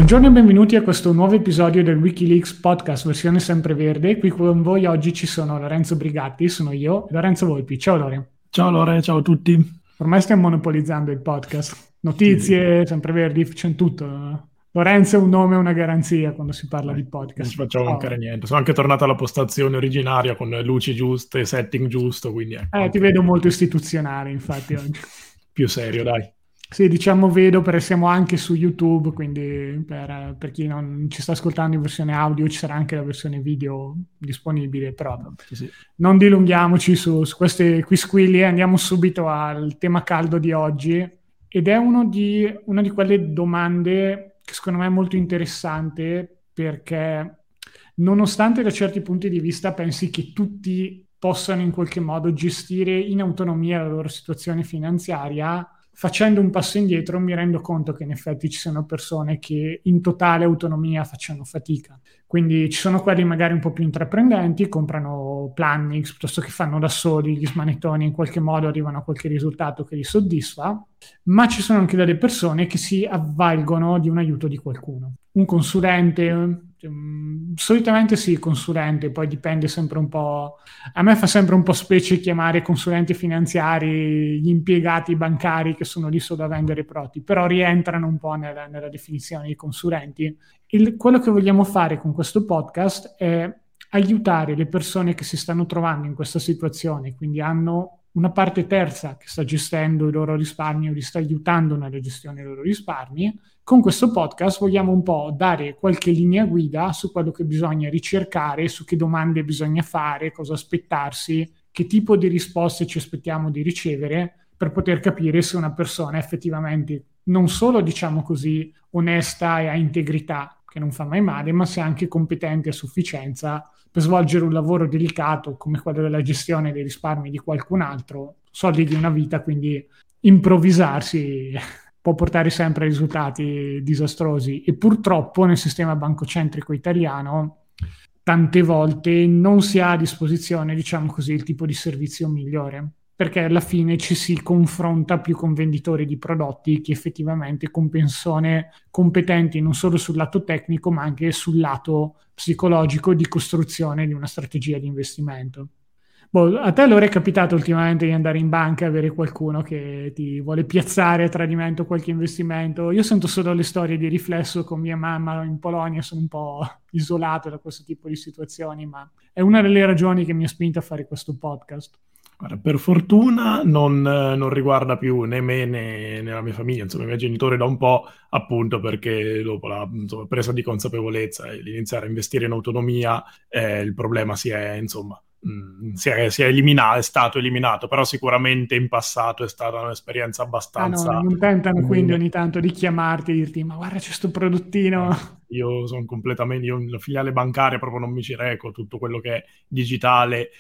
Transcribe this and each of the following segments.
Buongiorno e benvenuti a questo nuovo episodio del Wikileaks podcast versione sempreverde. Qui con voi oggi ci sono Lorenzo Brigatti, sono io, e Lorenzo Volpi. Ciao Lore. Ciao Lore, ciao a tutti. Ormai stiamo monopolizzando il podcast. Notizie, Sì. sempreverdi, c'è tutto. Lorenzo è un nome e una garanzia quando si parla di Non podcast. ci facciamo mancare niente. Sono anche tornato alla postazione originaria con luci giuste, setting giusto, quindi ecco. Ti vedo molto istituzionale infatti oggi. Più serio, dai. Sì, diciamo vedo perché siamo anche su YouTube, quindi per chi non ci sta ascoltando in versione audio ci sarà anche la versione video disponibile, però Sì. non dilunghiamoci su queste quisquiglie, andiamo subito al tema caldo di oggi ed è una di quelle domande che secondo me è molto interessante perché nonostante da certi punti di vista pensi che tutti possano in qualche modo gestire in autonomia la loro situazione finanziaria, facendo un passo indietro mi rendo conto che in effetti ci sono persone che in totale autonomia facciano fatica. Quindi ci sono quelli magari un po' più intraprendenti, comprano plannings piuttosto che fanno da soli, gli smanettoni in qualche modo arrivano a qualche risultato che li soddisfa, ma ci sono anche delle persone che si avvalgono di un aiuto di qualcuno. Un consulente, solitamente sì, consulente, poi dipende sempre un po'. A me fa sempre un po' specie chiamare consulenti finanziari gli impiegati bancari che sono lì solo a vendere prodotti, però rientrano un po' nella definizione di consulenti. Quello che vogliamo fare con questo podcast è aiutare le persone che si stanno trovando in questa situazione, quindi hanno una parte terza che sta gestendo i loro risparmi o li sta aiutando nella gestione dei loro risparmi. Con questo podcast vogliamo un po' dare qualche linea guida su quello che bisogna ricercare, su che domande bisogna fare, cosa aspettarsi, che tipo di risposte ci aspettiamo di ricevere per poter capire se una persona è effettivamente non solo, diciamo così, onesta e ha integrità, che non fa mai male, ma se è anche competente a sufficienza per svolgere un lavoro delicato come quello della gestione dei risparmi di qualcun altro, soldi di una vita, quindi improvvisarsi può portare sempre a risultati disastrosi e purtroppo nel sistema bancocentrico italiano tante volte non si ha a disposizione, diciamo così, il tipo di servizio migliore, perché alla fine ci si confronta più con venditori di prodotti che effettivamente con persone competenti non solo sul lato tecnico ma anche sul lato psicologico di costruzione di una strategia di investimento. A te allora è capitato ultimamente di andare in banca e avere qualcuno che ti vuole piazzare a tradimento qualche investimento? Io sento solo le storie di riflesso con mia mamma in Polonia, sono un po' isolato da questo tipo di situazioni, ma è una delle ragioni che mi ha spinto a fare questo podcast. Guarda, per fortuna non riguarda più né me né la mia famiglia, insomma i miei genitori da un po', appunto perché dopo la presa di consapevolezza e l'iniziare a investire in autonomia il problema si è eliminato, è stato eliminato, però sicuramente in passato è stata un'esperienza abbastanza Non tentano quindi comune. ogni tanto di chiamarti e dirti ma guarda c'è sto prodottino. Io sono completamente, la filiale bancaria proprio non mi ci reco, tutto quello che è digitale,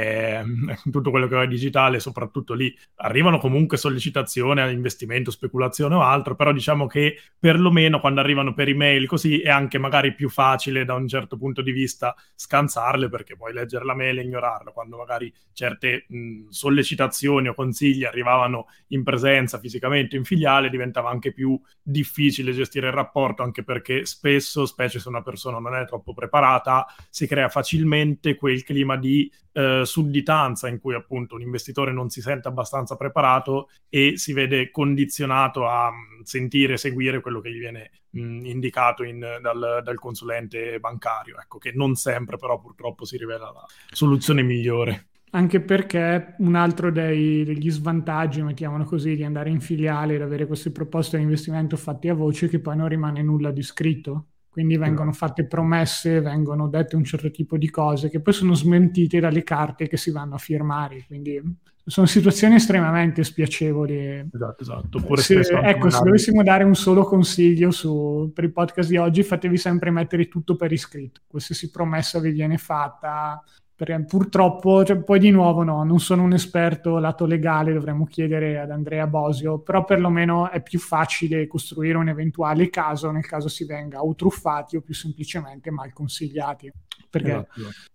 tutto quello che è digitale, soprattutto lì arrivano comunque sollecitazioni a investimento, speculazione o altro, però diciamo che perlomeno quando arrivano per email così è anche magari più facile da un certo punto di vista scansarle, perché puoi leggere la mail e ignorarla, quando magari certe sollecitazioni o consigli arrivavano in presenza fisicamente in filiale diventava anche più difficile gestire il rapporto, anche perché spesso, specie se una persona non è troppo preparata, si crea facilmente quel clima di sudditanza in cui appunto un investitore non si sente abbastanza preparato e si vede condizionato a sentire e seguire quello che gli viene indicato dal consulente bancario, ecco, che non sempre però purtroppo si rivela la soluzione migliore. Anche perché un altro degli svantaggi, mettiamolo così, di andare in filiale ed avere queste proposte di investimento fatte a voce è che poi non rimane nulla di scritto. Quindi vengono fatte promesse, vengono dette un certo tipo di cose che poi sono smentite dalle carte che si vanno a firmare. Quindi sono situazioni estremamente spiacevoli. Esatto. Oppure spesso anche Ecco, se dovessimo dare un solo consiglio per il podcast di oggi, fatevi sempre mettere tutto per iscritto. Qualsiasi promessa vi viene fatta, perché purtroppo, poi di nuovo no, non sono un esperto lato legale, dovremmo chiedere ad Andrea Bosio, però perlomeno è più facile costruire un eventuale caso nel caso si venga o truffati o più semplicemente mal consigliati, perché Esatto.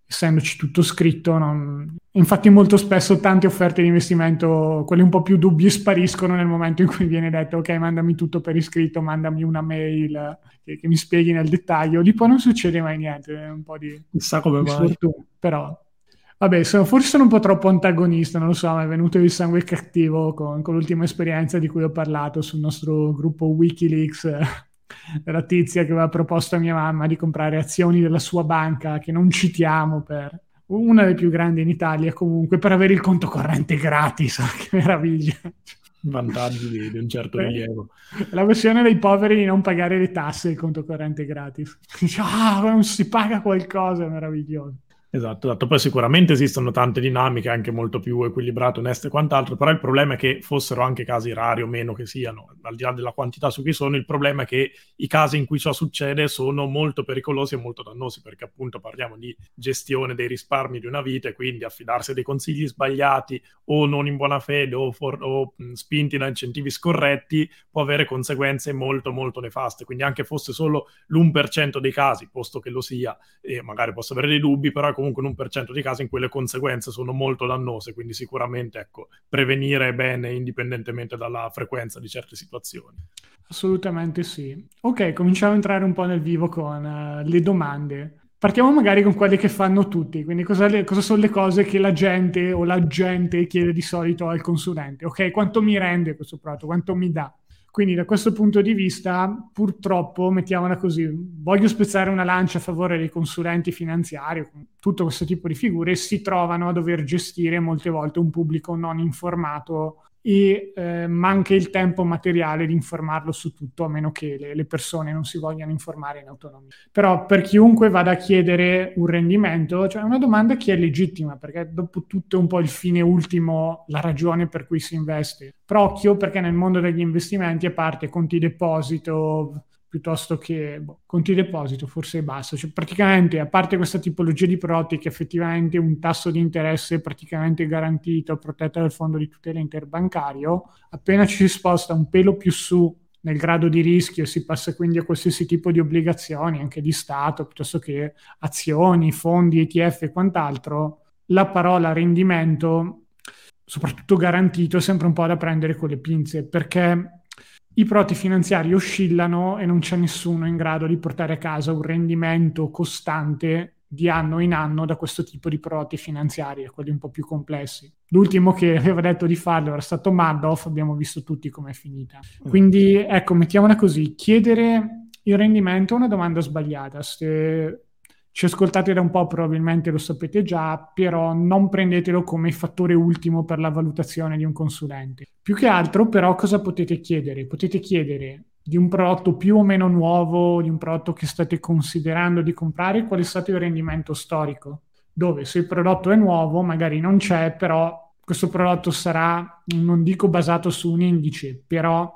essendoci tutto scritto, infatti molto spesso tante offerte di investimento, quelle un po' più dubbie, spariscono nel momento in cui viene detto ok, mandami tutto per iscritto, mandami una mail che mi spieghi nel dettaglio. Lì poi non succede mai niente, è un po' di sfortuna, però vabbè, forse sono un po' troppo antagonista, non lo so, mi è venuto il sangue cattivo con l'ultima esperienza di cui ho parlato sul nostro gruppo Wikileaks, della tizia che aveva proposto a mia mamma di comprare azioni della sua banca, che non citiamo, per una delle più grandi in Italia comunque, per avere il conto corrente gratis. Che meraviglia! Vantaggi di un certo rilievo. La versione dei poveri di non pagare le tasse, il conto corrente gratis. Dice, non si paga qualcosa, è meraviglioso. Esatto. Poi sicuramente esistono tante dinamiche anche molto più equilibrate, oneste e quant'altro, però il problema è che fossero anche casi rari o meno che siano, al di là della quantità su cui sono, il problema è che i casi in cui ciò succede sono molto pericolosi e molto dannosi, perché appunto parliamo di gestione dei risparmi di una vita e quindi affidarsi a dei consigli sbagliati o non in buona fede o spinti da incentivi scorretti può avere conseguenze molto molto nefaste. Quindi anche fosse solo l'1% dei casi, posto che lo sia, e magari posso avere dei dubbi, però è comunque un 1% di casi in cui le conseguenze sono molto dannose, quindi sicuramente prevenire è bene indipendentemente dalla frequenza di certe situazioni. Assolutamente sì. Ok, cominciamo a entrare un po' nel vivo con le domande. Partiamo magari con quelle che fanno tutti, quindi cosa sono le cose che la gente o l'agente chiede di solito al consulente? Ok, quanto mi rende questo prodotto? Quanto mi dà? Quindi da questo punto di vista, purtroppo, mettiamola così, voglio spezzare una lancia a favore dei consulenti finanziari, tutto questo tipo di figure si trovano a dover gestire molte volte un pubblico non informato e manca il tempo materiale di informarlo su tutto, a meno che le persone non si vogliano informare in autonomia. Però per chiunque vada a chiedere un rendimento, cioè è una domanda che è legittima, perché dopo tutto è un po' il fine ultimo, la ragione per cui si investe. Però occhio, perché nel mondo degli investimenti, a parte conti deposito, piuttosto che conti deposito, forse basta. Cioè, praticamente, a parte questa tipologia di prodotti che effettivamente un tasso di interesse praticamente garantito, protetto dal fondo di tutela interbancario, appena ci si sposta un pelo più su nel grado di rischio, si passa quindi a qualsiasi tipo di obbligazioni, anche di Stato, piuttosto che azioni, fondi, ETF e quant'altro, la parola rendimento, soprattutto garantito, è sempre un po' da prendere con le pinze, perché i prodotti finanziari oscillano e non c'è nessuno in grado di portare a casa un rendimento costante di anno in anno da questo tipo di prodotti finanziari, quelli un po' più complessi. L'ultimo che aveva detto di farlo era stato Madoff, abbiamo visto tutti com'è finita. Quindi ecco, mettiamola così, chiedere il rendimento è una domanda sbagliata. Se ci ascoltate da un po', probabilmente lo sapete già, però non prendetelo come fattore ultimo per la valutazione di un consulente. Più che altro, però, cosa potete chiedere? Potete chiedere di un prodotto più o meno nuovo, di un prodotto che state considerando di comprare, qual è stato il rendimento storico? Dove se il prodotto è nuovo, magari non c'è, però questo prodotto sarà, non dico basato su un indice, però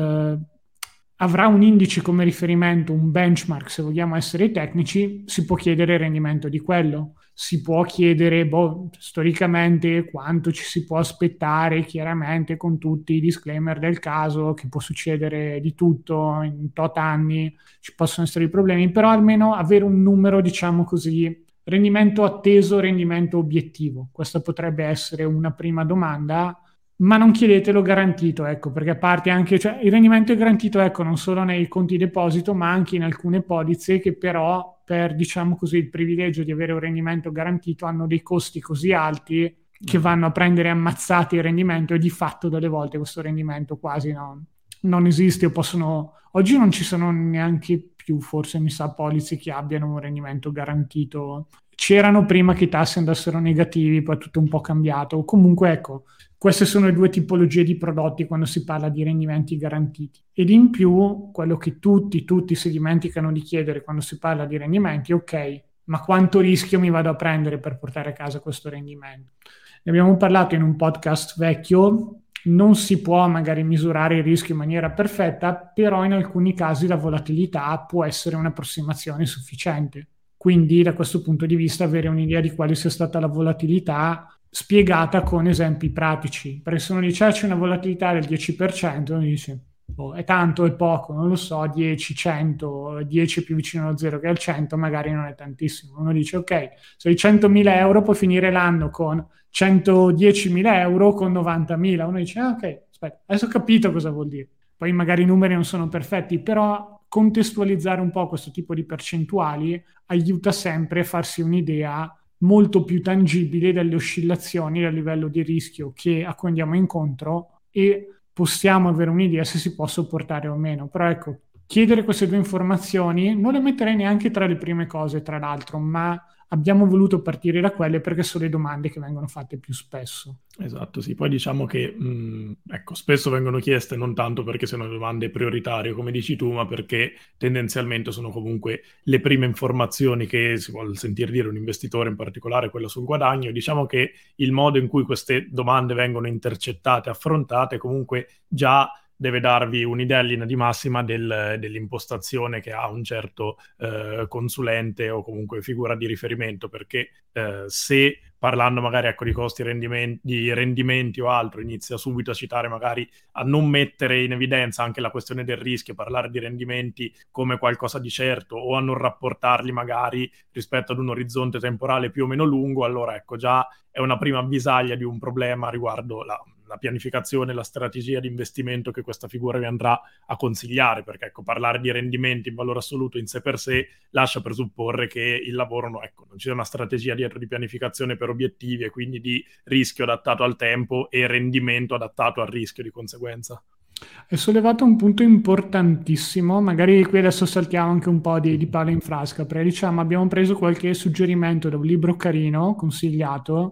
avrà un indice come riferimento, un benchmark, se vogliamo essere tecnici, si può chiedere il rendimento di quello. Si può chiedere, storicamente, quanto ci si può aspettare, chiaramente con tutti i disclaimer del caso, che può succedere di tutto, in tot anni ci possono essere i problemi, però almeno avere un numero, diciamo così, rendimento atteso, rendimento obiettivo. Questa potrebbe essere una prima domanda, ma non chiedetelo garantito, ecco, perché a parte anche, cioè, il rendimento è garantito, ecco, non solo nei conti deposito, ma anche in alcune polizze che però, per, diciamo così, il privilegio di avere un rendimento garantito, hanno dei costi così alti che vanno a prendere ammazzati il rendimento e di fatto delle volte questo rendimento quasi non esiste o possono... Oggi non ci sono neanche più, forse mi sa, polizze che abbiano un rendimento garantito. C'erano prima che i tassi andassero negativi, poi è tutto un po' cambiato. Comunque, ecco, queste sono le due tipologie di prodotti quando si parla di rendimenti garantiti. Ed in più, quello che tutti si dimenticano di chiedere quando si parla di rendimenti, ok, ma quanto rischio mi vado a prendere per portare a casa questo rendimento? Ne abbiamo parlato in un podcast vecchio, non si può magari misurare il rischio in maniera perfetta, però in alcuni casi la volatilità può essere un'approssimazione sufficiente. Quindi da questo punto di vista avere un'idea di quale sia stata la volatilità spiegata con esempi pratici, perché se uno dice c'è una volatilità del 10%, uno dice è tanto, è poco, non lo so, 10, 100, 10 è più vicino allo 0 che al 100, magari non è tantissimo. Uno dice, ok, se hai 100.000 euro puoi finire l'anno con 110.000 euro con 90.000. Uno dice, ah, ok, aspetta, adesso ho capito cosa vuol dire. Poi magari i numeri non sono perfetti, però contestualizzare un po' questo tipo di percentuali aiuta sempre a farsi un'idea molto più tangibile delle oscillazioni a livello di rischio a cui andiamo incontro e possiamo avere un'idea se si può sopportare o meno. Però ecco, chiedere queste due informazioni non le metterei neanche tra le prime cose, tra l'altro, ma abbiamo voluto partire da quelle perché sono le domande che vengono fatte più spesso. Esatto, sì. Poi diciamo che ecco, spesso vengono chieste non tanto perché siano domande prioritarie, come dici tu, ma perché tendenzialmente sono comunque le prime informazioni che si vuole sentire dire un investitore, in particolare quello sul guadagno. Diciamo che il modo in cui queste domande vengono intercettate, affrontate, comunque già deve darvi un'idea in linea di massima dell'impostazione che ha un certo consulente o comunque figura di riferimento, perché se parlando magari ecco, di costi di rendimenti o altro, inizia subito a citare magari a non mettere in evidenza anche la questione del rischio, parlare di rendimenti come qualcosa di certo o a non rapportarli magari rispetto ad un orizzonte temporale più o meno lungo, allora ecco già è una prima avvisaglia di un problema riguardo la pianificazione, la strategia di investimento che questa figura vi andrà a consigliare, perché ecco, parlare di rendimenti in valore assoluto in sé per sé lascia presupporre che il lavoro ecco, non c'è una strategia dietro di pianificazione per obiettivi e quindi di rischio adattato al tempo e rendimento adattato al rischio di conseguenza. Hai sollevato un punto importantissimo, magari qui adesso saltiamo anche un po' di palo in frasca, perché diciamo abbiamo preso qualche suggerimento da un libro carino, consigliato,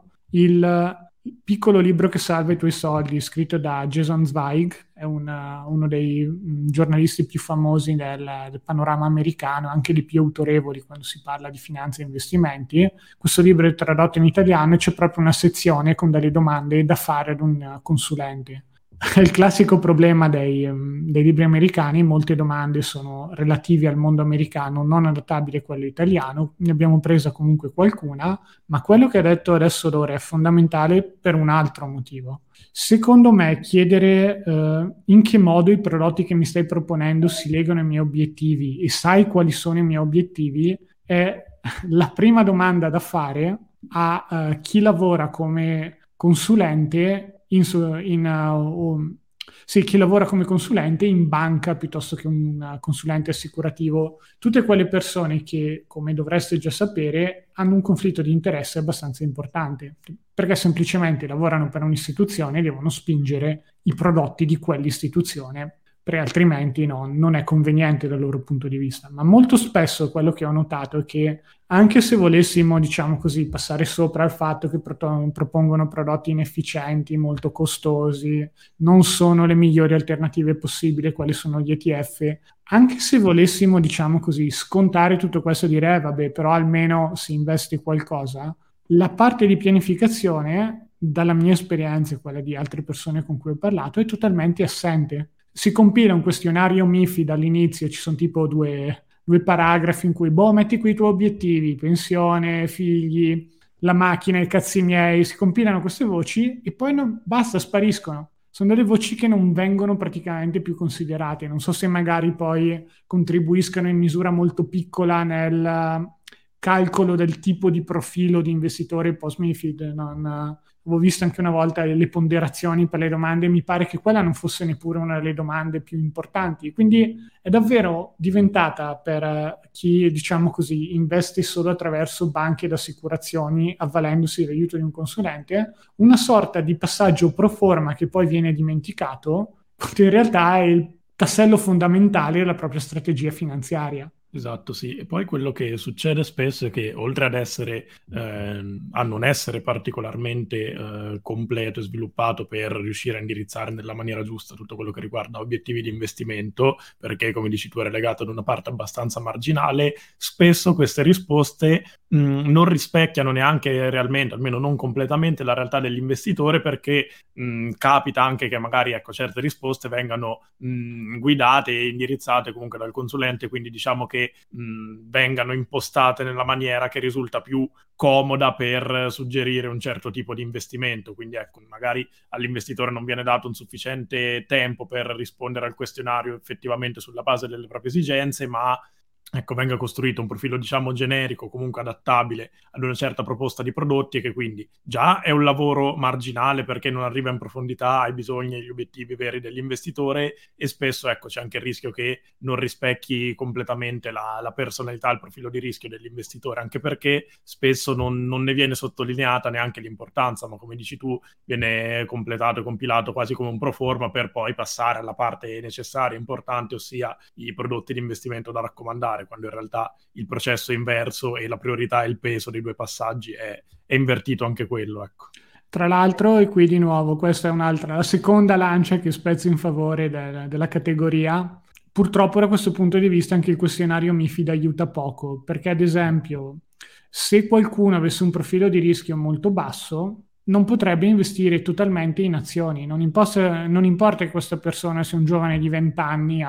il piccolo libro che salva i tuoi soldi, scritto da Jason Zweig, è uno dei giornalisti più famosi del panorama americano, anche di più autorevoli quando si parla di finanza e investimenti. Questo libro è tradotto in italiano e c'è proprio una sezione con delle domande da fare ad un consulente. Il classico problema dei libri americani, molte domande sono relative al mondo americano, non adattabili a quello italiano, ne abbiamo presa comunque qualcuna, ma quello che ha detto adesso Lore è fondamentale per un altro motivo. Secondo me chiedere in che modo i prodotti che mi stai proponendo si legano ai miei obiettivi e sai quali sono i miei obiettivi è la prima domanda da fare a chi lavora come consulente sì, chi lavora come consulente in banca piuttosto che un consulente assicurativo, tutte quelle persone che, come dovreste già sapere, hanno un conflitto di interesse abbastanza importante, perché semplicemente lavorano per un'istituzione e devono spingere i prodotti di quell'istituzione, perché altrimenti non è conveniente dal loro punto di vista. Ma molto spesso quello che ho notato è che anche se volessimo, diciamo così, passare sopra il fatto che propongono prodotti inefficienti, molto costosi, non sono le migliori alternative possibili, quali sono gli ETF, anche se volessimo, diciamo così, scontare tutto questo e dire, vabbè, però almeno si investe qualcosa, la parte di pianificazione, dalla mia esperienza e quella di altre persone con cui ho parlato, è totalmente assente. Si compila un questionario MIFID all'inizio, ci sono tipo due paragrafi in cui, metti qui i tuoi obiettivi, pensione, figli, la macchina, i cazzi miei, si compilano queste voci e poi basta, spariscono. Sono delle voci che non vengono praticamente più considerate. Non so se magari poi contribuiscano in misura molto piccola nel calcolo del tipo di profilo di investitore post-MIFID. Avevo visto anche una volta le ponderazioni per le domande, mi pare che quella non fosse neppure una delle domande più importanti. Quindi è davvero diventata per chi, diciamo così, investe solo attraverso banche ed assicurazioni, avvalendosi dell'aiuto di un consulente, una sorta di passaggio pro forma che poi viene dimenticato, quando in realtà è il tassello fondamentale della propria strategia finanziaria. Esatto, sì. E poi quello che succede spesso è che oltre ad essere, a non essere particolarmente completo e sviluppato per riuscire a indirizzare nella maniera giusta tutto quello che riguarda obiettivi di investimento, perché come dici tu è legato ad una parte abbastanza marginale, spesso queste risposte non rispecchiano neanche realmente, almeno non completamente, la realtà dell'investitore, perché capita anche che magari ecco, certe risposte vengano guidate e indirizzate comunque dal consulente, quindi diciamo che che vengano impostate nella maniera che risulta più comoda per suggerire un certo tipo di investimento. Quindi ecco, magari all'investitore non viene dato un sufficiente tempo per rispondere al questionario effettivamente sulla base delle proprie esigenze, ma ecco, venga costruito un profilo, diciamo, generico, comunque adattabile ad una certa proposta di prodotti, e che quindi già è un lavoro marginale perché non arriva in profondità ai bisogni e agli obiettivi veri dell'investitore, e spesso ecco, c'è anche il rischio che non rispecchi completamente la personalità, il profilo di rischio dell'investitore, anche perché spesso non ne viene sottolineata neanche l'importanza, ma come dici tu viene completato e compilato quasi come un pro forma per poi passare alla parte necessaria, importante, ossia i prodotti di investimento da raccomandare, quando in realtà il processo è inverso e la priorità e il peso dei due passaggi è invertito anche quello, ecco. Tra l'altro, e qui di nuovo, questa è la seconda lancia che spezzo in favore della categoria. Purtroppo da questo punto di vista anche il questionario MiFID aiuta poco, perché ad esempio se qualcuno avesse un profilo di rischio molto basso, non potrebbe investire totalmente in azioni. Non importa che questa persona sia un giovane di 20 anni,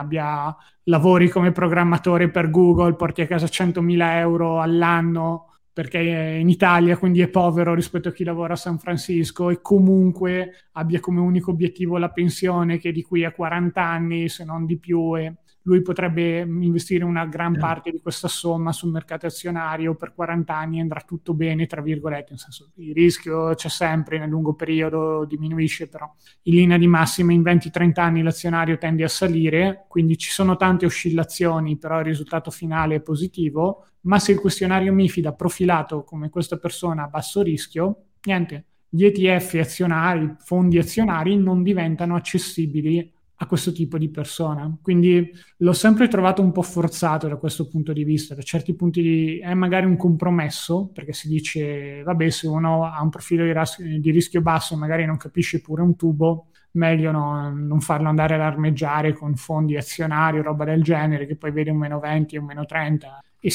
lavori come programmatore per Google, porti a casa 100.000 euro all'anno perché è in Italia, quindi è povero rispetto a chi lavora a San Francisco, e comunque abbia come unico obiettivo la pensione, che di qui a 40 anni, se non di più, e lui potrebbe investire una gran parte di questa somma sul mercato azionario per 40 anni e andrà tutto bene, tra virgolette, nel senso il rischio c'è sempre, nel lungo periodo diminuisce, però in linea di massima in 20-30 anni l'azionario tende a salire, quindi ci sono tante oscillazioni, però il risultato finale è positivo. Ma se il questionario MiFID ha profilato come questa persona a basso rischio, niente, gli ETF azionari, fondi azionari non diventano accessibili a questo tipo di persona. Quindi l'ho sempre trovato un po' forzato da questo punto di vista. Da certi punti è magari un compromesso, perché si dice, vabbè, se uno ha un profilo di rischio basso e magari non capisce pure un tubo, meglio non farlo andare ad armeggiare con fondi azionari o roba del genere, che poi vede un meno 20 e un meno 30 e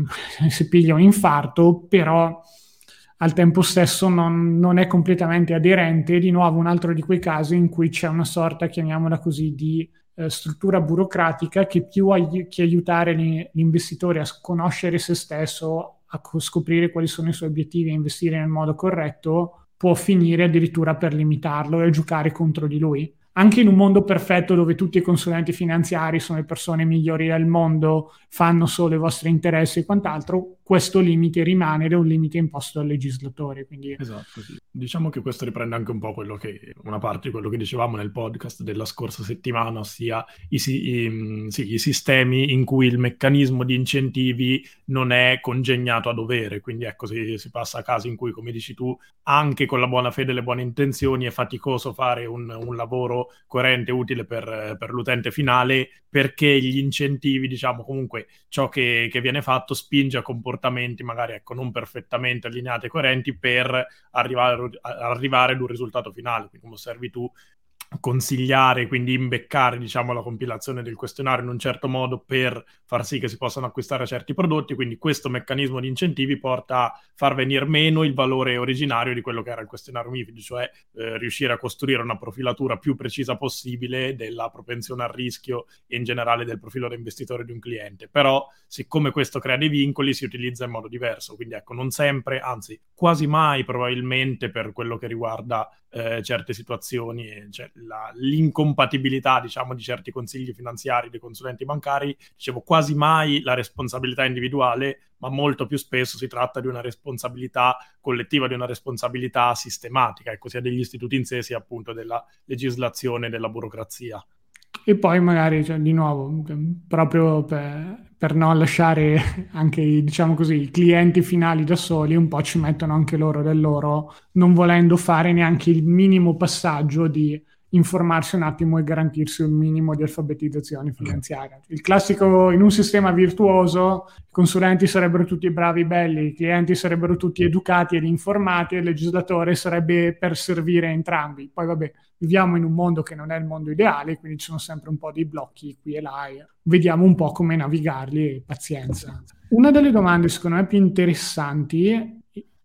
si piglia un infarto, però al tempo stesso non è completamente aderente. Di nuovo un altro di quei casi in cui c'è una sorta, chiamiamola così, di struttura burocratica che più che aiutare l'investitore a conoscere se stesso, a scoprire quali sono i suoi obiettivi e investire nel modo corretto, può finire addirittura per limitarlo e giocare contro di lui. Anche in un mondo perfetto dove tutti i consulenti finanziari sono le persone migliori del mondo, fanno solo i vostri interessi e quant'altro, questo limite rimane ed è un limite imposto dal legislatore. Quindi... Esatto, sì. Diciamo che questo riprende anche un po' una parte di quello che dicevamo nel podcast della scorsa settimana, ossia i sistemi in cui il meccanismo di incentivi non è congegnato a dovere. Quindi ecco, si passa a casi in cui, come dici tu, anche con la buona fede e le buone intenzioni è faticoso fare un lavoro coerente e utile per l'utente finale, perché gli incentivi, diciamo, comunque ciò che viene fatto spinge a comportamenti magari ecco non perfettamente allineati e coerenti per arrivare ad un risultato finale. Quindi, come osservi tu, consigliare, quindi imbeccare, diciamo, la compilazione del questionario in un certo modo per far sì che si possano acquistare certi prodotti. Quindi questo meccanismo di incentivi porta a far venir meno il valore originario di quello che era il questionario MiFID, cioè riuscire a costruire una profilatura più precisa possibile della propensione al rischio e in generale del profilo da investitore di un cliente. Però siccome questo crea dei vincoli, si utilizza in modo diverso. Quindi ecco, non sempre, anzi quasi mai probabilmente, per quello che riguarda certe situazioni, cioè l'incompatibilità, diciamo, di certi consigli finanziari dei consulenti bancari, dicevo, quasi mai la responsabilità individuale, ma molto più spesso si tratta di una responsabilità collettiva, di una responsabilità sistematica, ecco, sia degli istituti in sé sia appunto della legislazione e della burocrazia. E poi magari, cioè, di nuovo, proprio per non lasciare anche, diciamo così, i clienti finali da soli, un po' ci mettono anche loro del loro, non volendo fare neanche il minimo passaggio di informarsi un attimo e garantirsi un minimo di alfabetizzazione finanziaria. Il classico, in un sistema virtuoso, i consulenti sarebbero tutti bravi, belli, i clienti sarebbero tutti educati ed informati, e il legislatore sarebbe per servire entrambi. Poi vabbè, viviamo in un mondo che non è il mondo ideale, quindi ci sono sempre un po' dei blocchi qui e là, e vediamo un po' come navigarli, e pazienza. Una delle domande secondo me più interessanti,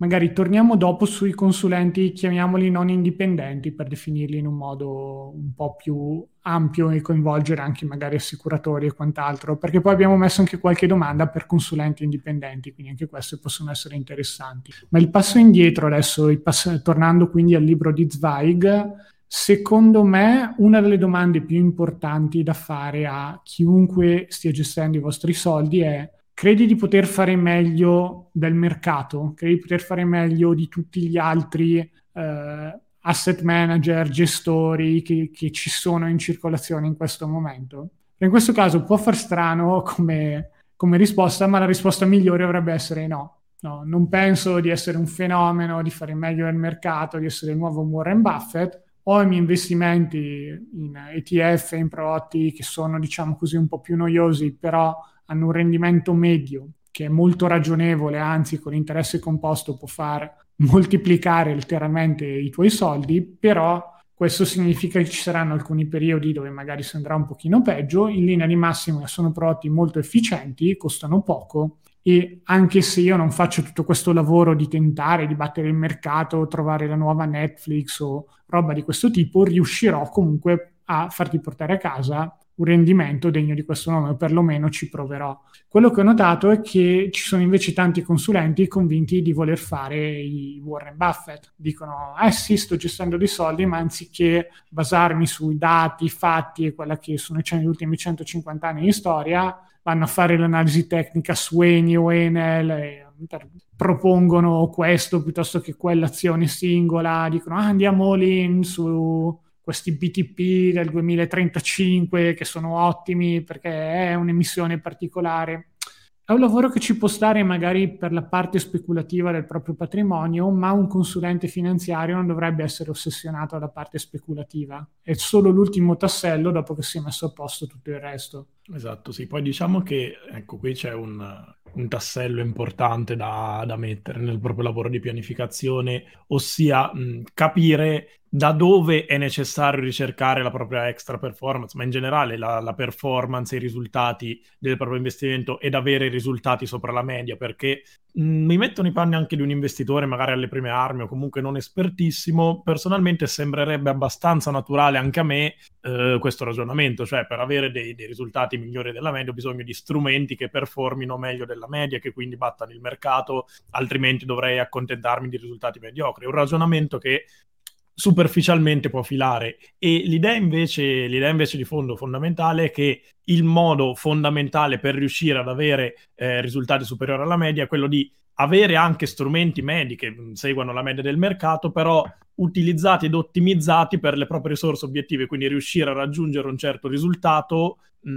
Magari torniamo dopo sui consulenti, chiamiamoli non indipendenti per definirli in un modo un po' più ampio e coinvolgere anche magari assicuratori e quant'altro, perché poi abbiamo messo anche qualche domanda per consulenti indipendenti, quindi anche queste possono essere interessanti. Ma il passo indietro adesso, tornando quindi al libro di Zweig, secondo me una delle domande più importanti da fare a chiunque stia gestendo i vostri soldi è: credi di poter fare meglio del mercato? Credi di poter fare meglio di tutti gli altri asset manager, gestori che ci sono in circolazione in questo momento? In questo caso può far strano come risposta, ma la risposta migliore dovrebbe essere no. No, non penso di essere un fenomeno, di fare meglio del mercato, di essere il nuovo Warren Buffett. Ho i miei investimenti in ETF, in prodotti che sono, diciamo così, un po' più noiosi, però hanno un rendimento medio che è molto ragionevole, anzi con interesse composto può far moltiplicare letteralmente i tuoi soldi, però questo significa che ci saranno alcuni periodi dove magari si andrà un pochino peggio. In linea di massima sono prodotti molto efficienti, costano poco, e anche se io non faccio tutto questo lavoro di tentare di battere il mercato, trovare la nuova Netflix o roba di questo tipo, riuscirò comunque a farti portare a casa un rendimento degno di questo nome, o perlomeno ci proverò. Quello che ho notato è che ci sono invece tanti consulenti convinti di voler fare i Warren Buffett. Dicono, sì, sto gestendo dei soldi, ma anziché basarmi sui dati, fatti e quella che sono gli ultimi 150 anni di storia, vanno a fare l'analisi tecnica su Eni o Enel e propongono questo piuttosto che quell'azione singola, dicono andiamo all in su questi BTP del 2035 che sono ottimi perché è un'emissione particolare. È un lavoro che ci può stare magari per la parte speculativa del proprio patrimonio, ma un consulente finanziario non dovrebbe essere ossessionato alla parte speculativa. È solo l'ultimo tassello dopo che si è messo a posto tutto il resto. Esatto, sì. Poi diciamo che, ecco, qui c'è un tassello importante da mettere nel proprio lavoro di pianificazione, ossia capire da dove è necessario ricercare la propria extra performance, ma in generale la performance e i risultati del proprio investimento ed avere risultati sopra la media, perché mi metto nei panni anche di un investitore magari alle prime armi o comunque non espertissimo. Personalmente sembrerebbe abbastanza naturale anche a me questo ragionamento, cioè per avere dei risultati migliori della media ho bisogno di strumenti che performino meglio della media, che quindi battano il mercato, altrimenti dovrei accontentarmi di risultati mediocri. È un ragionamento che superficialmente può filare, e l'idea invece di fondo fondamentale è che il modo fondamentale per riuscire ad avere risultati superiori alla media è quello di avere anche strumenti medi che seguano la media del mercato, però utilizzati ed ottimizzati per le proprie risorse obiettive, quindi riuscire a raggiungere un certo risultato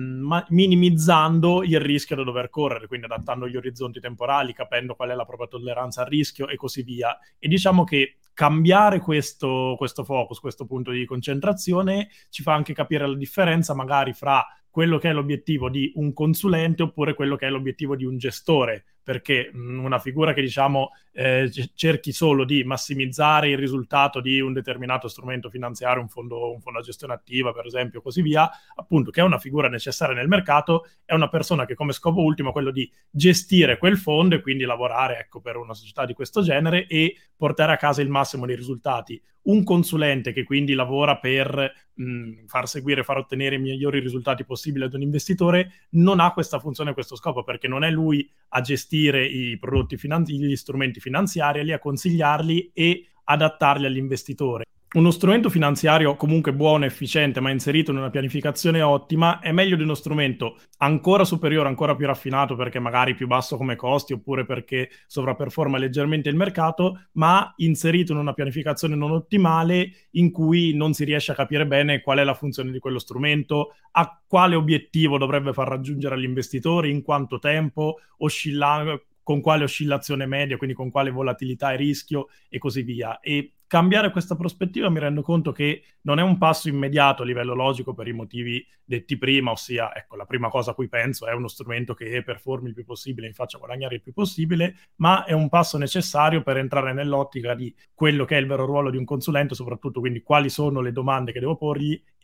minimizzando il rischio da dover correre, quindi adattando gli orizzonti temporali, capendo qual è la propria tolleranza al rischio e così via. E diciamo che cambiare questo focus, questo punto di concentrazione ci fa anche capire la differenza magari fra quello che è l'obiettivo di un consulente oppure quello che è l'obiettivo di un gestore, perché una figura che diciamo cerchi solo di massimizzare il risultato di un determinato strumento finanziario, un fondo a gestione attiva per esempio, così via, appunto, che è una figura necessaria nel mercato, è una persona che come scopo ultimo ha quello di gestire quel fondo e quindi lavorare, ecco, per una società di questo genere e portare a casa il massimo dei risultati. Un consulente che quindi lavora per far seguire, far ottenere i migliori risultati possibili ad un investitore non ha questa funzione, questo scopo, perché non è lui a gestire i prodotti gli strumenti finanziari, è lì a consigliarli e adattarli all'investitore. Uno strumento finanziario comunque buono e efficiente, ma inserito in una pianificazione ottima, è meglio di uno strumento ancora superiore, ancora più raffinato, perché magari più basso come costi, oppure perché sovraperforma leggermente il mercato, ma inserito in una pianificazione non ottimale, in cui non si riesce a capire bene qual è la funzione di quello strumento, a quale obiettivo dovrebbe far raggiungere all'investitore, in quanto tempo, con quale oscillazione media, quindi con quale volatilità e rischio e così via. E cambiare questa prospettiva mi rendo conto che non è un passo immediato a livello logico per i motivi detti prima, ossia, ecco, la prima cosa a cui penso è uno strumento che performi il più possibile, mi faccia guadagnare il più possibile, ma è un passo necessario per entrare nell'ottica di quello che è il vero ruolo di un consulente, soprattutto quindi quali sono le domande che devo porgli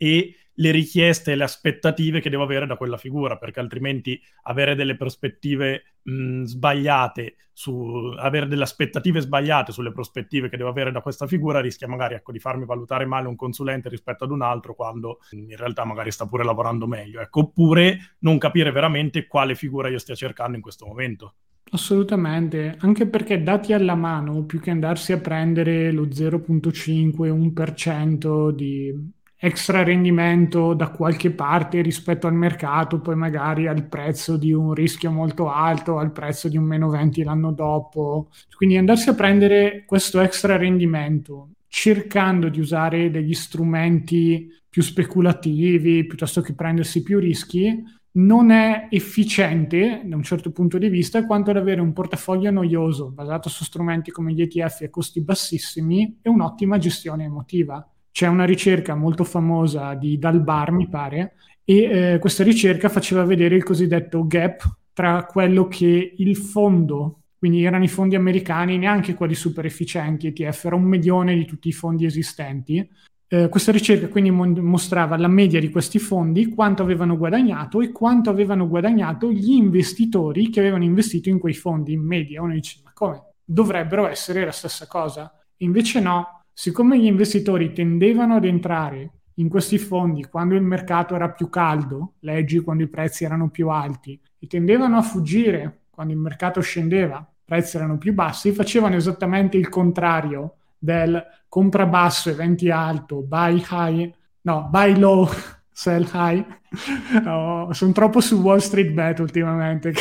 e le richieste e le aspettative che devo avere da quella figura, perché altrimenti avere delle prospettive sbagliate, avere delle aspettative sbagliate sulle prospettive che devo avere da questa figura rischia magari, ecco, di farmi valutare male un consulente rispetto ad un altro quando in realtà magari sta pure lavorando meglio, ecco, oppure non capire veramente quale figura io stia cercando in questo momento. Assolutamente, anche perché dati alla mano, più che andarsi a prendere lo 0,5, 1% di extra rendimento da qualche parte rispetto al mercato, poi magari al prezzo di un rischio molto alto, al prezzo di un meno 20 l'anno dopo. Quindi andarsi a prendere questo extra rendimento cercando di usare degli strumenti più speculativi piuttosto che prendersi più rischi non è efficiente da un certo punto di vista quanto ad avere un portafoglio noioso basato su strumenti come gli ETF a costi bassissimi e un'ottima gestione emotiva. C'è una ricerca molto famosa di Dalbar, mi pare, e questa ricerca faceva vedere il cosiddetto gap tra quello che il fondo, quindi erano i fondi americani, neanche quelli super efficienti, ETF, era 1 milione di tutti i fondi esistenti. Questa ricerca quindi mostrava la media di questi fondi, quanto avevano guadagnato e quanto avevano guadagnato gli investitori che avevano investito in quei fondi in media. Uno dice, ma come? Dovrebbero essere la stessa cosa. Invece no, siccome gli investitori tendevano ad entrare in questi fondi quando il mercato era più caldo, leggi quando i prezzi erano più alti, e tendevano a fuggire quando il mercato scendeva, i prezzi erano più bassi, facevano esattamente il contrario del compra basso e vendi alto, buy low, sell high. No, sono troppo su Wall Street Bet ultimamente,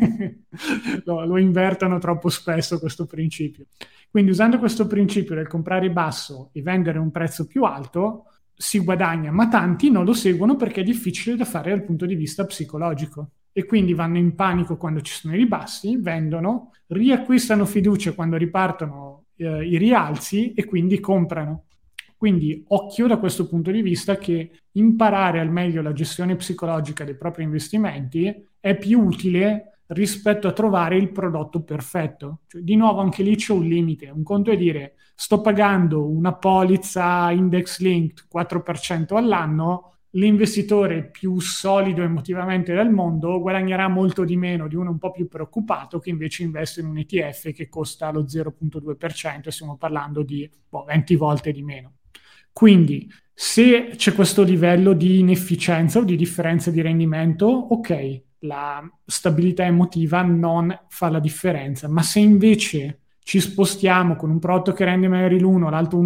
lo invertono troppo spesso questo principio. Quindi usando questo principio del comprare basso e vendere a un prezzo più alto si guadagna, ma tanti non lo seguono perché è difficile da fare dal punto di vista psicologico. E quindi vanno in panico quando ci sono i ribassi, vendono, riacquistano fiducia quando ripartono i rialzi e quindi comprano. Quindi occhio da questo punto di vista che imparare al meglio la gestione psicologica dei propri investimenti è più utile rispetto a trovare il prodotto perfetto. Cioè, di nuovo anche lì c'è un limite. Un conto è dire sto pagando una polizza index linked 4% all'anno, l'investitore più solido emotivamente del mondo guadagnerà molto di meno di uno un po' più preoccupato che invece investe in un ETF che costa lo 0,2% e stiamo parlando di 20 volte di meno. Quindi se c'è questo livello di inefficienza o di differenza di rendimento, ok, la stabilità emotiva non fa la differenza, ma se invece ci spostiamo con un prodotto che rende magari l'1, l'altro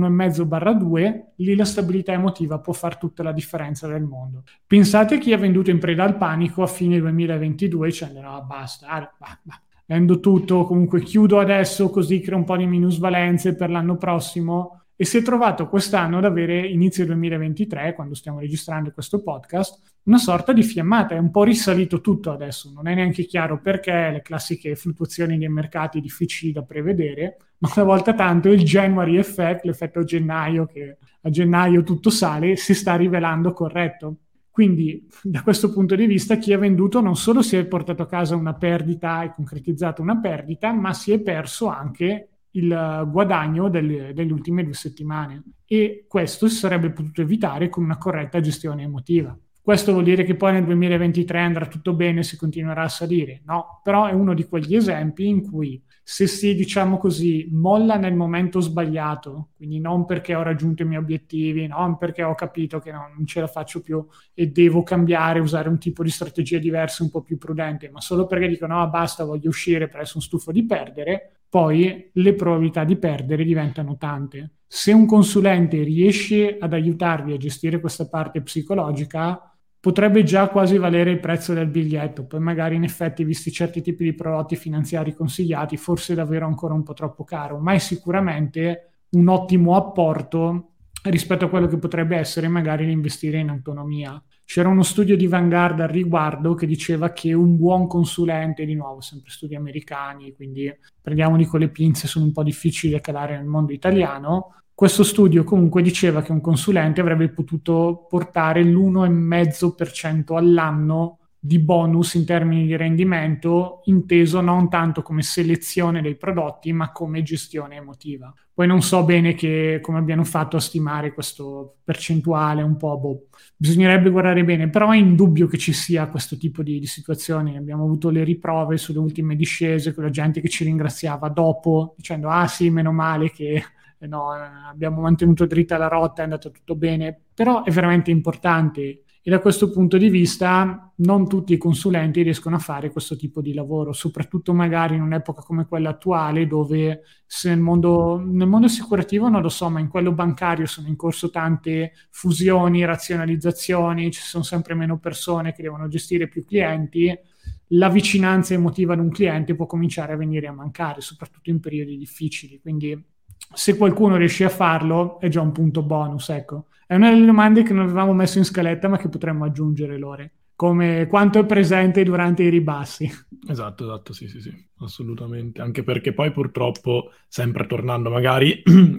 1,5/2, lì la stabilità emotiva può fare tutta la differenza del mondo. Pensate a chi ha venduto in preda al panico a fine 2022 dicendo no, basta, vendo tutto, comunque chiudo adesso così creo un po' di minusvalenze per l'anno prossimo, e si è trovato quest'anno ad avere inizio 2023, quando stiamo registrando questo podcast, una sorta di fiammata. È un po' risalito tutto adesso, non è neanche chiaro perché, le classiche fluttuazioni dei mercati difficili da prevedere, ma una volta tanto il January effect, l'effetto gennaio, che a gennaio tutto sale, si sta rivelando corretto. Quindi da questo punto di vista chi ha venduto non solo si è portato a casa una perdita e concretizzato una perdita, ma si è perso anche il guadagno delle ultime 2 settimane, e questo si sarebbe potuto evitare con una corretta gestione emotiva. Questo vuol dire che poi nel 2023 andrà tutto bene, si continuerà a salire? No, però è uno di quegli esempi in cui se si, diciamo così, molla nel momento sbagliato, quindi non perché ho raggiunto i miei obiettivi, non perché ho capito che non ce la faccio più e devo cambiare, usare un tipo di strategia diversa, un po' più prudente, ma solo perché dico no, basta, voglio uscire perché sono stufo di perdere, poi le probabilità di perdere diventano tante. Se un consulente riesce ad aiutarvi a gestire questa parte psicologica, potrebbe già quasi valere il prezzo del biglietto. Poi magari in effetti, visti certi tipi di prodotti finanziari consigliati, forse è davvero ancora un po' troppo caro, ma è sicuramente un ottimo apporto rispetto a quello che potrebbe essere magari l'investire in autonomia. C'era uno studio di Vanguard al riguardo che diceva che un buon consulente, di nuovo sempre studi americani, quindi prendiamoli con le pinze, sono un po' difficili da calare nel mondo italiano. Questo studio comunque diceva che un consulente avrebbe potuto portare l'1,5% all'anno di bonus in termini di rendimento, inteso non tanto come selezione dei prodotti, ma come gestione emotiva. Poi non so bene come abbiano fatto a stimare questo percentuale, un po', bisognerebbe guardare bene, però è indubbio che ci sia questo tipo di situazioni. Abbiamo avuto le riprove sulle ultime discese, con la gente che ci ringraziava dopo, dicendo ah sì, meno male che no, abbiamo mantenuto dritta la rotta, è andato tutto bene, però è veramente importante. E da questo punto di vista non tutti i consulenti riescono a fare questo tipo di lavoro, soprattutto magari in un'epoca come quella attuale, dove se nel mondo assicurativo non lo so, ma in quello bancario sono in corso tante fusioni, razionalizzazioni, ci sono sempre meno persone che devono gestire più clienti, la vicinanza emotiva ad un cliente può cominciare a venire a mancare, soprattutto in periodi difficili. Quindi se qualcuno riesce a farlo è già un punto bonus, ecco. È una delle domande che non avevamo messo in scaletta, ma che potremmo aggiungere, Lore, come quanto è presente durante i ribassi. Esatto, sì, assolutamente. Anche perché poi purtroppo, sempre tornando magari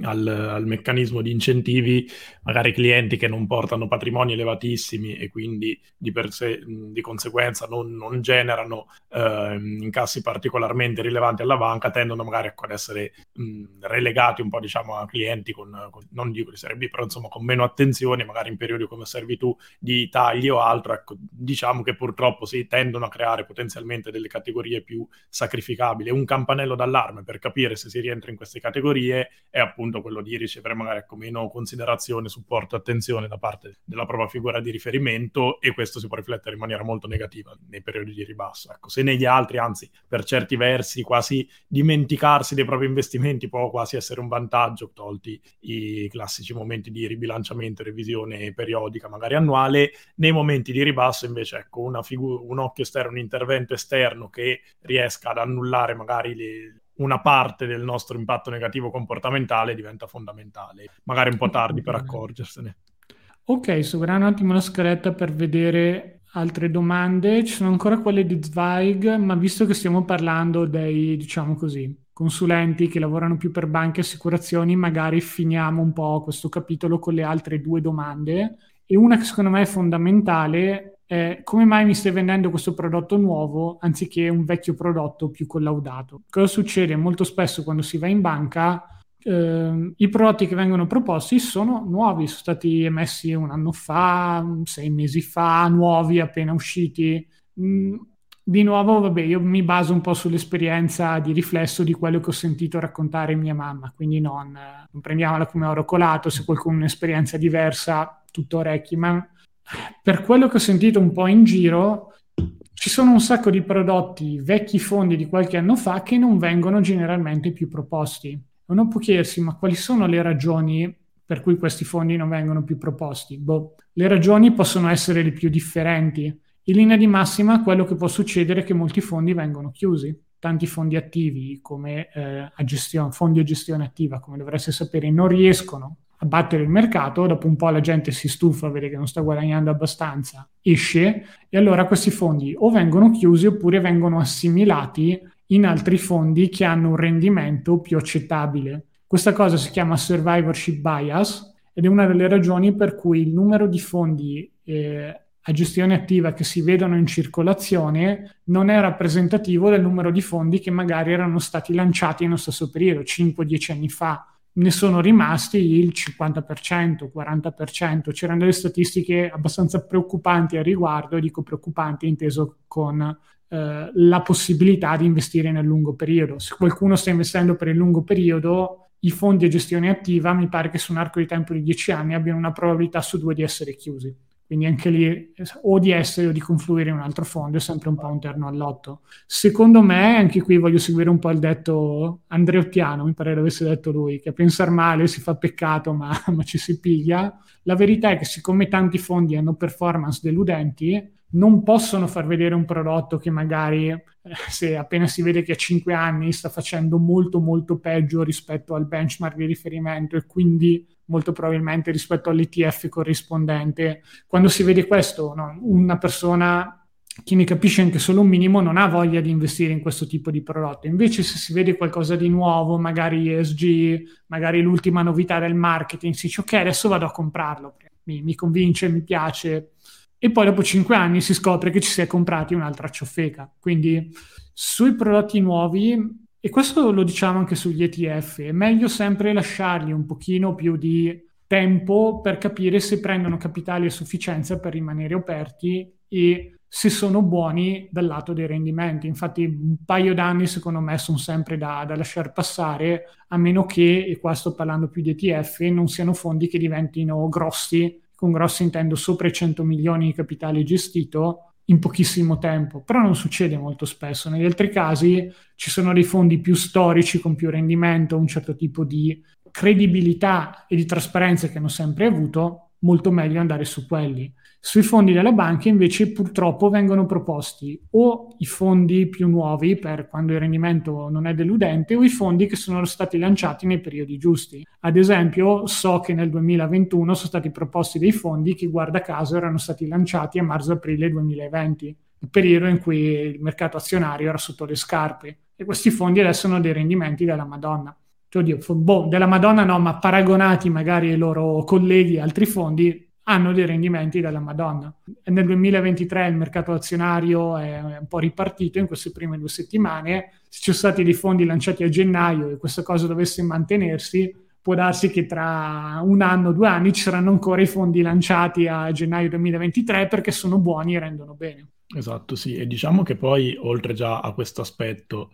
al meccanismo di incentivi, magari clienti che non portano patrimoni elevatissimi e quindi di per sé, di conseguenza non generano incassi particolarmente rilevanti alla banca, tendono magari ad essere relegati un po', diciamo, a clienti con non dico di serie B, però insomma con meno attenzione, magari in periodi come servitù di tagli o altro. Ecco, diciamo che purtroppo si tendono a creare potenzialmente delle categorie più sacrificabili. Un campanello d'allarme per capire se si rientra in queste categorie è appunto quello di ricevere magari meno considerazione, supporto e attenzione da parte della propria figura di riferimento, e questo si può riflettere in maniera molto negativa nei periodi di ribasso. Ecco, se negli altri, anzi per certi versi, quasi dimenticarsi dei propri investimenti può quasi essere un vantaggio, tolti i classici momenti di ribilanciamento e revisione periodica, magari annuale. Nei momenti di ribasso invece, ecco, un occhio esterno, un intervento esterno che riesca ad annullare magari una parte del nostro impatto negativo comportamentale diventa fondamentale, magari un po' tardi per accorgersene. Ok, sto guardando un attimo la scaletta per vedere altre domande. Ci sono ancora quelle di Zweig, ma visto che stiamo parlando dei, diciamo così, consulenti che lavorano più per banche e assicurazioni, magari finiamo un po' questo capitolo con le altre due domande. E una che secondo me è fondamentale è come mai mi stai vendendo questo prodotto nuovo anziché un vecchio prodotto più collaudato? Cosa succede? Molto spesso quando si va in banca i prodotti che vengono proposti sono nuovi, sono stati emessi un anno fa, 6 mesi fa, nuovi, appena usciti. Di nuovo, vabbè, io mi baso un po' sull'esperienza di riflesso di quello che ho sentito raccontare mia mamma, quindi non prendiamola come oro colato. Se qualcuno ha un'esperienza diversa, tutto orecchi, ma per quello che ho sentito un po' in giro, ci sono un sacco di prodotti, vecchi fondi di qualche anno fa, che non vengono generalmente più proposti. Uno può chiedersi, ma quali sono le ragioni per cui questi fondi non vengono più proposti? Le ragioni possono essere le più differenti. In linea di massima, quello che può succedere è che molti fondi vengono chiusi. Tanti fondi attivi, come fondi a gestione attiva, come dovreste sapere, non riescono a battere il mercato. Dopo un po' la gente si stufa, vede che non sta guadagnando abbastanza, esce, e allora questi fondi o vengono chiusi oppure vengono assimilati in altri fondi che hanno un rendimento più accettabile. Questa cosa si chiama survivorship bias ed è una delle ragioni per cui il numero di fondi a gestione attiva che si vedono in circolazione non è rappresentativo del numero di fondi che magari erano stati lanciati nello stesso periodo, 5-10 anni fa. Ne sono rimasti il 50%, 40%. C'erano delle statistiche abbastanza preoccupanti al riguardo, dico preoccupanti inteso con la possibilità di investire nel lungo periodo. Se qualcuno sta investendo per il lungo periodo, i fondi a gestione attiva mi pare che su un arco di tempo di 10 anni abbiano una probabilità su 2 di essere chiusi. Quindi anche lì o di essere o di confluire in un altro fondo è sempre un po' un terno al lotto. Secondo me, anche qui voglio seguire un po' il detto andreottiano, mi pare l'avesse detto lui, che a pensare male si fa peccato ma ci si piglia. La verità è che siccome tanti fondi hanno performance deludenti, non possono far vedere un prodotto che magari se appena si vede che a 5 anni sta facendo molto molto peggio rispetto al benchmark di riferimento e quindi molto probabilmente rispetto all'ETF corrispondente. Quando si vede questo, no? Una persona che ne capisce anche solo un minimo non ha voglia di investire in questo tipo di prodotto. Invece se si vede qualcosa di nuovo, magari ESG, magari l'ultima novità del marketing, si dice ok, adesso vado a comprarlo, mi convince, mi piace. e poi dopo 5 anni si scopre che ci si è comprati un'altra ciofeca. Quindi sui prodotti nuovi, e questo lo diciamo anche sugli ETF, è meglio sempre lasciargli un pochino più di tempo per capire se prendono capitali a sufficienza per rimanere aperti e se sono buoni dal lato dei rendimenti. Infatti un paio d'anni secondo me sono sempre da lasciar passare, a meno che, e qua sto parlando più di ETF, non siano fondi che diventino grossi, con grossi intendo sopra i 100 milioni di capitale gestito in pochissimo tempo, però non succede molto spesso. Negli altri casi ci sono dei fondi più storici con più rendimento, un certo tipo di credibilità e di trasparenza che hanno sempre avuto, molto meglio andare su quelli. Sui fondi della banca invece purtroppo vengono proposti o i fondi più nuovi per quando il rendimento non è deludente o i fondi che sono stati lanciati nei periodi giusti. Ad esempio, so che nel 2021 sono stati proposti dei fondi che guarda caso erano stati lanciati a marzo-aprile 2020, il periodo in cui il mercato azionario era sotto le scarpe, e questi fondi adesso hanno dei rendimenti della Madonna. Oddio, della Madonna no, ma paragonati magari ai loro colleghi altri fondi hanno dei rendimenti della Madonna. E nel 2023 il mercato azionario è un po' ripartito in queste prime 2 settimane. Se ci sono stati dei fondi lanciati a gennaio e questa cosa dovesse mantenersi, può darsi che tra 1 anno, 2 anni ci saranno ancora i fondi lanciati a gennaio 2023 perché sono buoni e rendono bene. Esatto, sì, e diciamo che poi oltre già a questo aspetto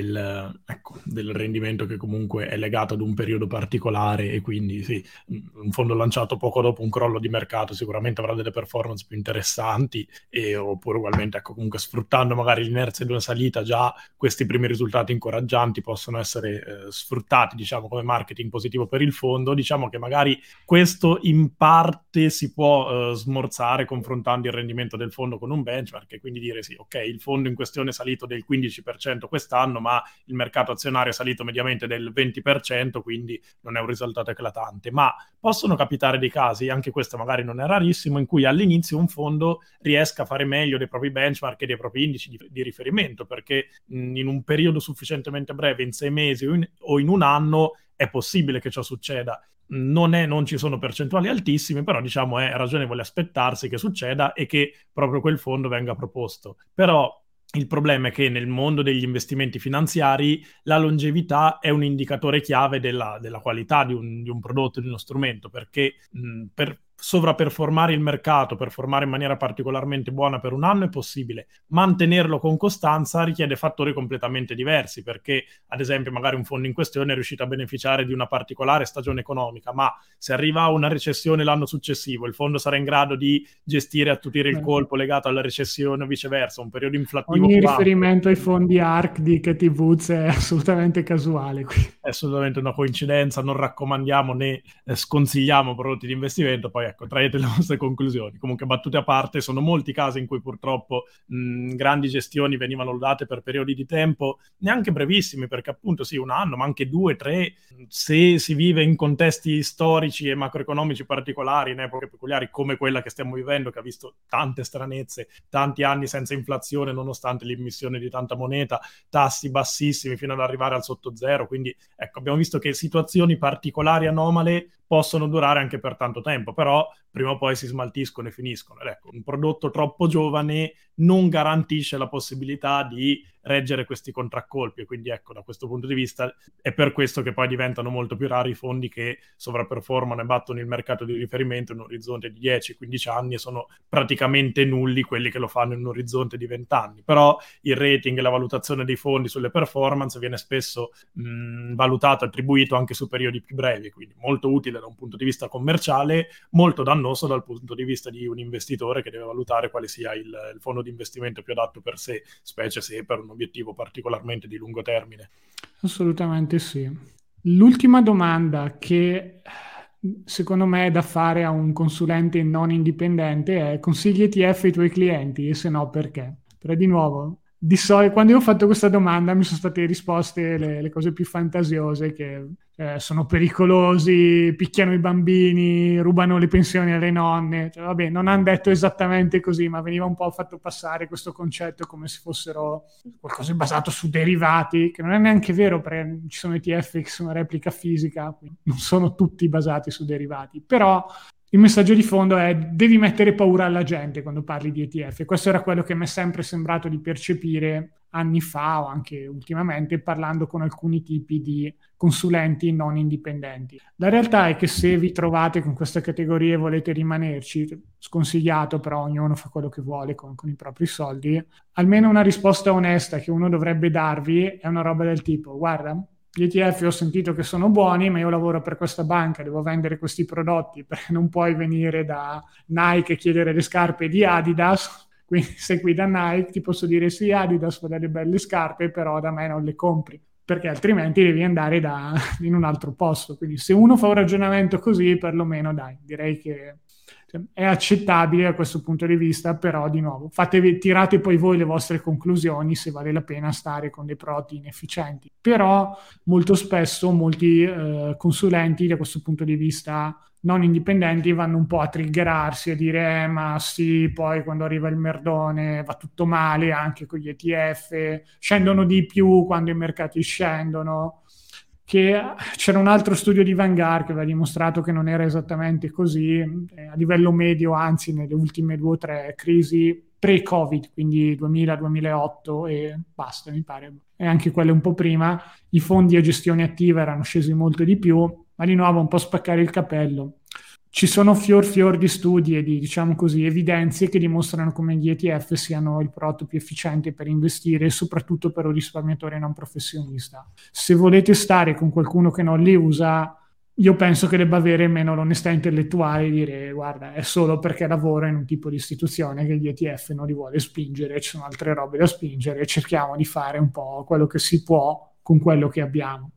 del rendimento che comunque è legato ad un periodo particolare e quindi sì, un fondo lanciato poco dopo un crollo di mercato sicuramente avrà delle performance più interessanti oppure ugualmente comunque sfruttando magari l'inerzia di una salita già questi primi risultati incoraggianti possono essere sfruttati diciamo come marketing positivo per il fondo. Diciamo che magari questo in parte si può smorzare confrontando il rendimento del fondo con un benchmark e quindi dire sì, ok, il fondo in questione è salito del 15% quest'anno, ma il mercato azionario è salito mediamente del 20%, quindi non è un risultato eclatante. Ma possono capitare dei casi, anche questo magari non è rarissimo, in cui all'inizio un fondo riesca a fare meglio dei propri benchmark e dei propri indici di riferimento, perché in un periodo sufficientemente breve, in 6 mesi o in un anno, è possibile che ciò succeda. Non ci sono percentuali altissime, però diciamo è ragionevole aspettarsi che succeda e che proprio quel fondo venga proposto. Però il problema è che nel mondo degli investimenti finanziari la longevità è un indicatore chiave della qualità di un prodotto, di uno strumento, perché per sovraperformare il mercato, performare in maniera particolarmente buona per un anno è possibile, mantenerlo con costanza richiede fattori completamente diversi, perché ad esempio magari un fondo in questione è riuscito a beneficiare di una particolare stagione economica, ma se arriva una recessione l'anno successivo, il fondo sarà in grado di gestire e attutire il colpo legato alla recessione o viceversa, un periodo inflattivo. Ogni riferimento ai fondi ARC di Katie Woods è assolutamente casuale qui. È assolutamente una coincidenza, non raccomandiamo né sconsigliamo prodotti di investimento, poi ecco, traete le vostre conclusioni. Comunque, battute a parte, sono molti casi in cui purtroppo grandi gestioni venivano lodate per periodi di tempo neanche brevissimi, perché appunto sì, 1 anno, ma anche 2, 3, se si vive in contesti storici e macroeconomici particolari, in epoche peculiari come quella che stiamo vivendo, che ha visto tante stranezze, tanti anni senza inflazione nonostante l'immissione di tanta moneta, tassi bassissimi fino ad arrivare al sotto zero, quindi ecco, abbiamo visto che situazioni particolari anomale possono durare anche per tanto tempo, però prima o poi si smaltiscono e finiscono. Ed ecco, un prodotto troppo giovane non garantisce la possibilità di reggere questi contraccolpi, e quindi ecco, da questo punto di vista è per questo che poi diventano molto più rari i fondi che sovraperformano e battono il mercato di riferimento in un orizzonte di 10-15 anni, e sono praticamente nulli quelli che lo fanno in un orizzonte di 20 anni. Però il rating e la valutazione dei fondi sulle performance viene spesso valutato, attribuito anche su periodi più brevi, quindi molto utile da un punto di vista commerciale, molto dannoso dal punto di vista di un investitore che deve valutare quale sia il fondo di investimento più adatto per sé, specie se per un obiettivo particolarmente di lungo termine. Assolutamente sì. L'ultima domanda che secondo me è da fare a un consulente non indipendente è: consigli ETF ai tuoi clienti? E se no, perché? Però di nuovo, di solito quando io ho fatto questa domanda mi sono state risposte le cose più fantasiose, che sono pericolosi, picchiano i bambini, rubano le pensioni alle nonne. Cioè, vabbè, non hanno detto esattamente così, ma veniva un po' fatto passare questo concetto come se fossero qualcosa basato su derivati, che non è neanche vero, perché ci sono ETF che sono replica fisica, quindi non sono tutti basati su derivati. Però il messaggio di fondo è: devi mettere paura alla gente quando parli di ETF. Questo era quello che mi è sempre sembrato di percepire anni fa o anche ultimamente parlando con alcuni tipi di consulenti non indipendenti. La realtà è che se vi trovate con questa categoria e volete rimanerci, sconsigliato, però ognuno fa quello che vuole con i propri soldi, almeno una risposta onesta che uno dovrebbe darvi è una roba del tipo: guarda, gli ETF ho sentito che sono buoni, ma io lavoro per questa banca, devo vendere questi prodotti, perché non puoi venire da Nike e chiedere le scarpe di Adidas. Quindi se qui da Nike ti posso dire sì, Adidas fa delle belle scarpe, però da me non le compri, perché altrimenti devi andare in un altro posto. Quindi se uno fa un ragionamento così, perlomeno dai, direi che è accettabile da questo punto di vista, però di nuovo tirate poi voi le vostre conclusioni se vale la pena stare con dei prodotti inefficienti. Però molto spesso molti consulenti da questo punto di vista non indipendenti vanno un po' a triggerarsi e dire ma sì, poi quando arriva il merdone va tutto male anche con gli ETF, scendono di più quando i mercati scendono. Che c'era un altro studio di Vanguard che aveva dimostrato che non era esattamente così, a livello medio, anzi nelle ultime 2 o 3 crisi pre-Covid, quindi 2000-2008 e basta, mi pare, e anche quelle un po' prima, i fondi a gestione attiva erano scesi molto di più, ma di nuovo un po' spaccare il capello. Ci sono fior di studi e di, diciamo così, evidenze che dimostrano come gli ETF siano il prodotto più efficiente per investire, soprattutto per un risparmiatore non professionista. Se volete stare con qualcuno che non li usa, io penso che debba avere meno l'onestà intellettuale di dire guarda, è solo perché lavoro in un tipo di istituzione che gli ETF non li vuole spingere, ci sono altre robe da spingere e cerchiamo di fare un po' quello che si può con quello che abbiamo.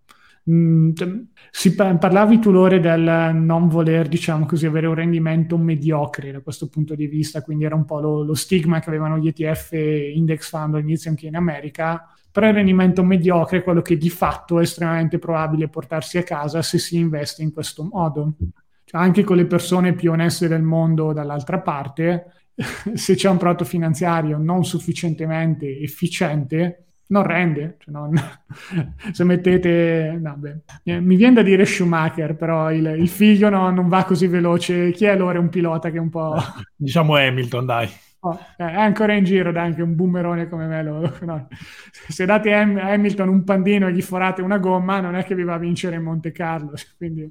Parlavi tu, Lore, del non voler, diciamo così, avere un rendimento mediocre da questo punto di vista, quindi era un po' lo stigma che avevano gli ETF index fund all'inizio anche in America, però il rendimento mediocre è quello che di fatto è estremamente probabile portarsi a casa se si investe in questo modo. Cioè, anche con le persone più oneste del mondo dall'altra parte, se c'è un prodotto finanziario non sufficientemente efficiente, non rende, cioè se mettete mi viene da dire Schumacher, però il figlio non va così veloce. Chi è allora un pilota che è un po' diciamo Hamilton, dai. è ancora in giro, dai, anche un boomerone come me no. Se date a Hamilton un pandino e gli forate una gomma, non è che vi va a vincere in Monte Carlo, quindi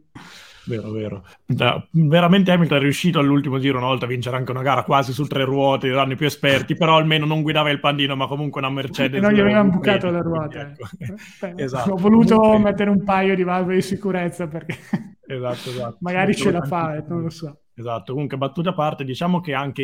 Vero. Veramente Hamilton è riuscito all'ultimo giro una volta a vincere anche una gara quasi su 3 ruote, erano i più esperti, però almeno non guidava il pandino, ma comunque una Mercedes. E non gli avevano bucato la ruota. Ecco. Esatto. Ho voluto mettere un paio di valvole di sicurezza perché esatto. magari ce la fa, non lo so. Esatto, comunque battute a parte, diciamo che anche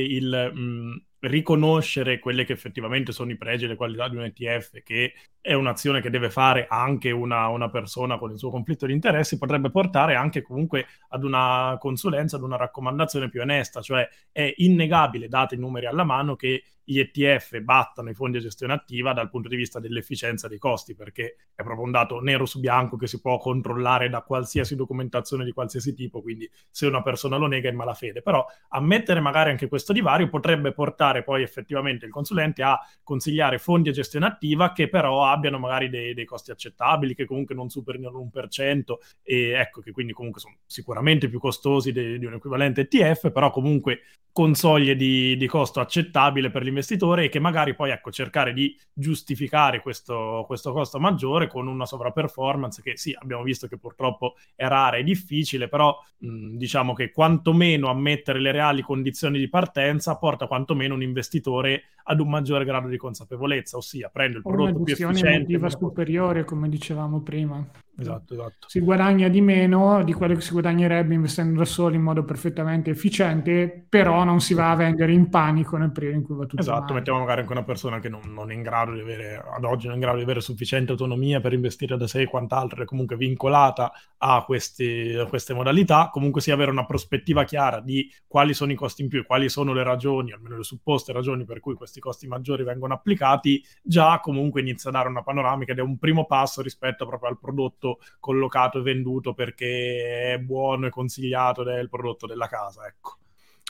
il riconoscere quelle che effettivamente sono i pregi e le qualità di un ETF, che è un'azione che deve fare anche una persona con il suo conflitto di interessi, potrebbe portare anche comunque ad una consulenza, ad una raccomandazione più onesta, cioè è innegabile, date i numeri alla mano, che gli ETF battano i fondi a gestione attiva dal punto di vista dell'efficienza dei costi, perché è proprio un dato nero su bianco che si può controllare da qualsiasi documentazione di qualsiasi tipo, quindi se una persona lo nega è in malafede. Però ammettere magari anche questo divario potrebbe portare poi effettivamente il consulente a consigliare fondi a gestione attiva che però abbiano magari dei costi accettabili, che comunque non superino l'1%, e ecco, che quindi comunque sono sicuramente più costosi di un equivalente ETF, però comunque con soglie di costo accettabile per l'investitore, e che magari poi cercare di giustificare questo costo maggiore con una sovraperformance che sì, abbiamo visto che purtroppo è rara e difficile, però diciamo che quantomeno ammettere le reali condizioni di partenza porta quantomeno un investitore ad un maggiore grado di consapevolezza, ossia prendo il prodotto più efficiente. Una emotiva superiore, come dicevamo prima. Esatto. Si guadagna di meno di quello che si guadagnerebbe investendo da solo in modo perfettamente efficiente, però non si va a vendere in panico nel periodo in cui va tutto male. Mettiamo magari anche una persona che non è in grado di avere, ad oggi non è in grado di avere sufficiente autonomia per investire da sé e quant'altro, è comunque vincolata a queste modalità, comunque sia avere una prospettiva chiara di quali sono i costi in più e quali sono le ragioni, almeno le supposte ragioni per cui questi costi maggiori vengono applicati, già comunque inizia a dare una panoramica ed è un primo passo rispetto proprio al prodotto collocato e venduto perché è buono e consigliato ed è il prodotto della casa, ecco.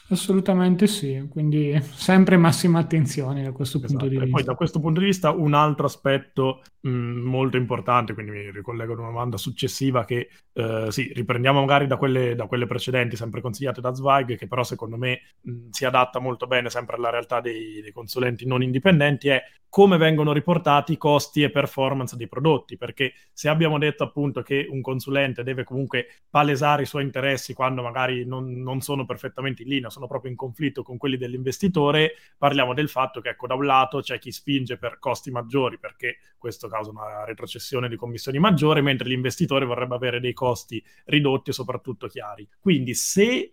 Assolutamente sì, quindi sempre massima attenzione da questo punto di Esatto, e poi da vista. questo punto di vista un altro aspetto molto importante, quindi mi ricollego ad una domanda successiva che sì, riprendiamo magari da quelle precedenti, sempre consigliate da Zweig, che però secondo me si adatta molto bene sempre alla realtà dei consulenti non indipendenti, è come vengono riportati i costi e performance dei prodotti, perché se abbiamo detto appunto che un consulente deve comunque palesare i suoi interessi quando magari non sono perfettamente in linea, sono proprio in conflitto con quelli dell'investitore, parliamo del fatto che ecco, da un lato c'è chi spinge per costi maggiori perché questo causa una retrocessione di commissioni maggiore, mentre l'investitore vorrebbe avere dei costi ridotti e soprattutto chiari. Quindi se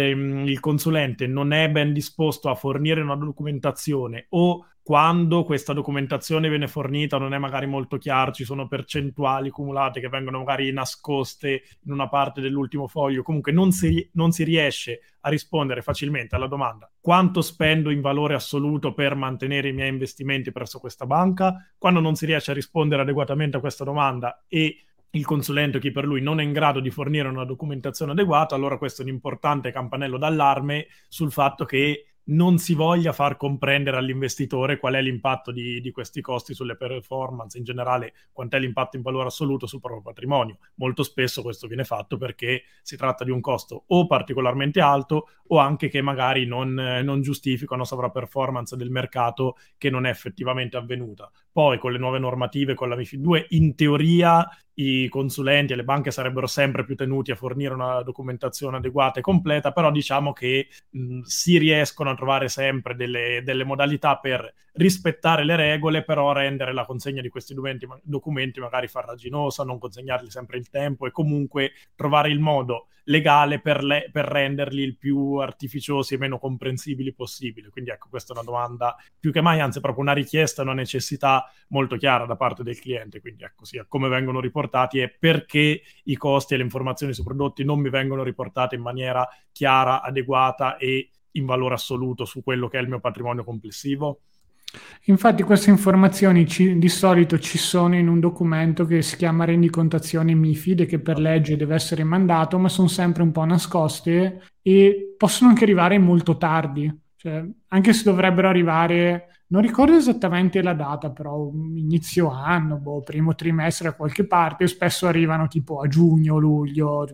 il consulente non è ben disposto a fornire una documentazione o quando questa documentazione viene fornita non è magari molto chiaro, ci sono percentuali cumulate che vengono magari nascoste in una parte dell'ultimo foglio, comunque non si riesce a rispondere facilmente alla domanda quanto spendo in valore assoluto per mantenere i miei investimenti presso questa banca, quando non si riesce a rispondere adeguatamente a questa domanda e il consulente o chi per lui non è in grado di fornire una documentazione adeguata, allora questo è un importante campanello d'allarme sul fatto che non si voglia far comprendere all'investitore qual è l'impatto di questi costi sulle performance, in generale quant'è l'impatto in valore assoluto sul proprio patrimonio. Molto spesso questo viene fatto perché si tratta di un costo o particolarmente alto o anche che magari non giustifica una sovraperformance del mercato che non è effettivamente avvenuta. Poi con le nuove normative, con la MiFID 2, in teoria i consulenti e le banche sarebbero sempre più tenuti a fornire una documentazione adeguata e completa, però diciamo che si riescono a trovare sempre delle modalità per rispettare le regole, però rendere la consegna di questi documenti magari farraginosa, non consegnarli sempre il tempo e comunque trovare il modo legale per renderli il più artificiosi e meno comprensibili possibile. Quindi ecco, questa è una domanda più che mai, anzi è proprio una richiesta, una necessità molto chiara da parte del cliente. Quindi ecco, sia come vengono riportati e perché i costi e le informazioni sui prodotti non mi vengono riportate in maniera chiara, adeguata e in valore assoluto su quello che è il mio patrimonio complessivo. Infatti queste informazioni di solito ci sono in un documento che si chiama rendicontazione MiFID e che per legge deve essere mandato, ma sono sempre un po' nascoste e possono anche arrivare molto tardi. Cioè, anche se dovrebbero arrivare, non ricordo esattamente la data, però inizio anno, primo trimestre da qualche parte, spesso arrivano tipo a giugno, luglio,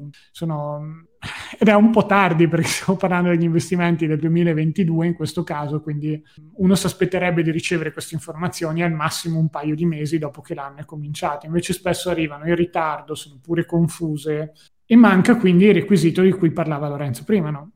ed è un po' tardi perché stiamo parlando degli investimenti del 2022 in questo caso, quindi uno si aspetterebbe di ricevere queste informazioni al massimo un paio di mesi dopo che l'anno è cominciato, invece spesso arrivano in ritardo, sono pure confuse e manca quindi il requisito di cui parlava Lorenzo prima, no?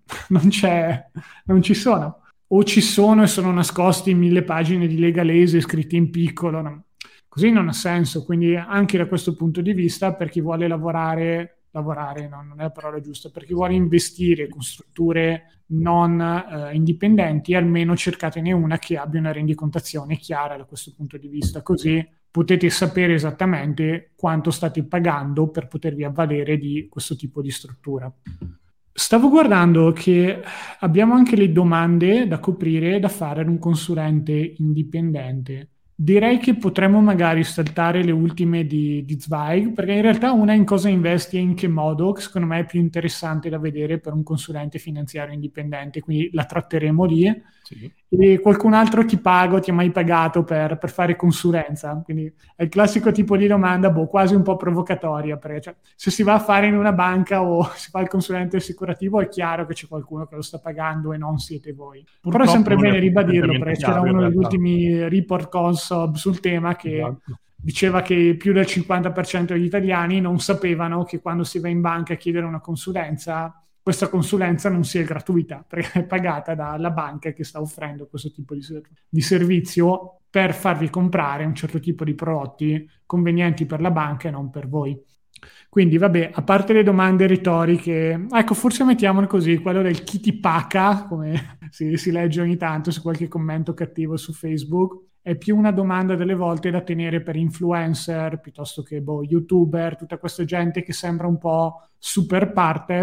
Non ci sono. O ci sono e sono nascosti in 1000 pagine di legalese scritte in piccolo, no? Così non ha senso, quindi anche da questo punto di vista per chi vuole lavorare no, non è la parola giusta, per chi vuole investire con strutture non indipendenti, almeno cercatene una che abbia una rendicontazione chiara da questo punto di vista, così potete sapere esattamente quanto state pagando per potervi avvalere di questo tipo di struttura. Stavo guardando che abbiamo anche le domande da coprire da fare ad un consulente indipendente. Direi che potremmo magari saltare le ultime di Zweig, perché in realtà una è in cosa investi e in che modo, che secondo me è più interessante da vedere per un consulente finanziario indipendente, quindi la tratteremo lì. Sì. E qualcun altro ti pago, ti ha mai pagato per fare consulenza? Quindi è il classico tipo di domanda, quasi un po' provocatoria, perché cioè, se si va a fare in una banca o si fa il consulente assicurativo è chiaro che c'è qualcuno che lo sta pagando e non siete voi. Però è Purtroppo sempre non è bene ribadirlo, sufficientemente perché c'era chiaro in uno degli realtà. ultimi report Consob sul tema che Esatto. diceva che più del 50% degli italiani non sapevano che quando si va in banca a chiedere una consulenza, questa consulenza non sia gratuita, perché è pagata dalla banca che sta offrendo questo tipo di servizio per farvi comprare un certo tipo di prodotti convenienti per la banca e non per voi. Quindi, vabbè, a parte le domande retoriche, ecco, forse mettiamolo così, quello del chi ti paga, come si legge ogni tanto su qualche commento cattivo su Facebook, è più una domanda delle volte da tenere per influencer, piuttosto che youtuber, tutta questa gente che sembra un po' super partes,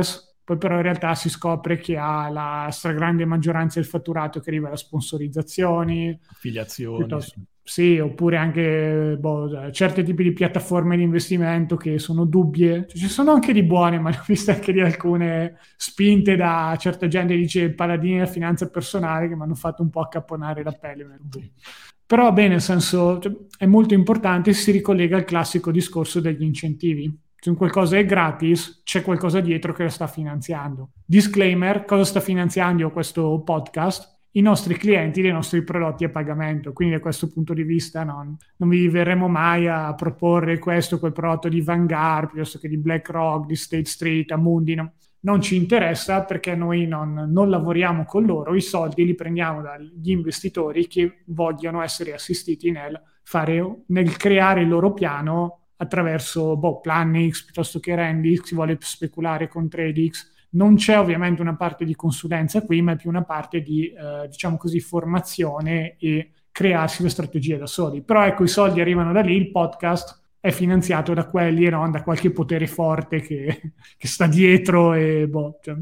poi però in realtà si scopre che ha la stragrande maggioranza del fatturato che arriva da sponsorizzazioni, affiliazioni. Sì, oppure anche certi tipi di piattaforme di investimento che sono dubbie. Cioè, ci sono anche di buone, ma ne ho viste anche di alcune spinte da certa gente che dice paladini della finanza personale, che mi hanno fatto un po' accapponare la pelle. Però bene, nel senso, cioè, è molto importante, si ricollega al classico discorso degli incentivi. Se un qualcosa è gratis, c'è qualcosa dietro che lo sta finanziando. Disclaimer, cosa sta finanziando questo podcast? I nostri clienti dei nostri prodotti a pagamento. Quindi da questo punto di vista non vi verremo mai a proporre questo o quel prodotto di Vanguard, piuttosto che di BlackRock, di State Street, Amundi. No. Non ci interessa perché noi non lavoriamo con loro, i soldi li prendiamo dagli investitori che vogliono essere assistiti nel creare il loro piano attraverso PlanX piuttosto che Rendix, si vuole speculare con TradeX. Non c'è ovviamente una parte di consulenza qui, ma è più una parte di, diciamo così, formazione e crearsi le strategie da soli. Però ecco, i soldi arrivano da lì, il podcast è finanziato da quelli e non da qualche potere forte che sta dietro e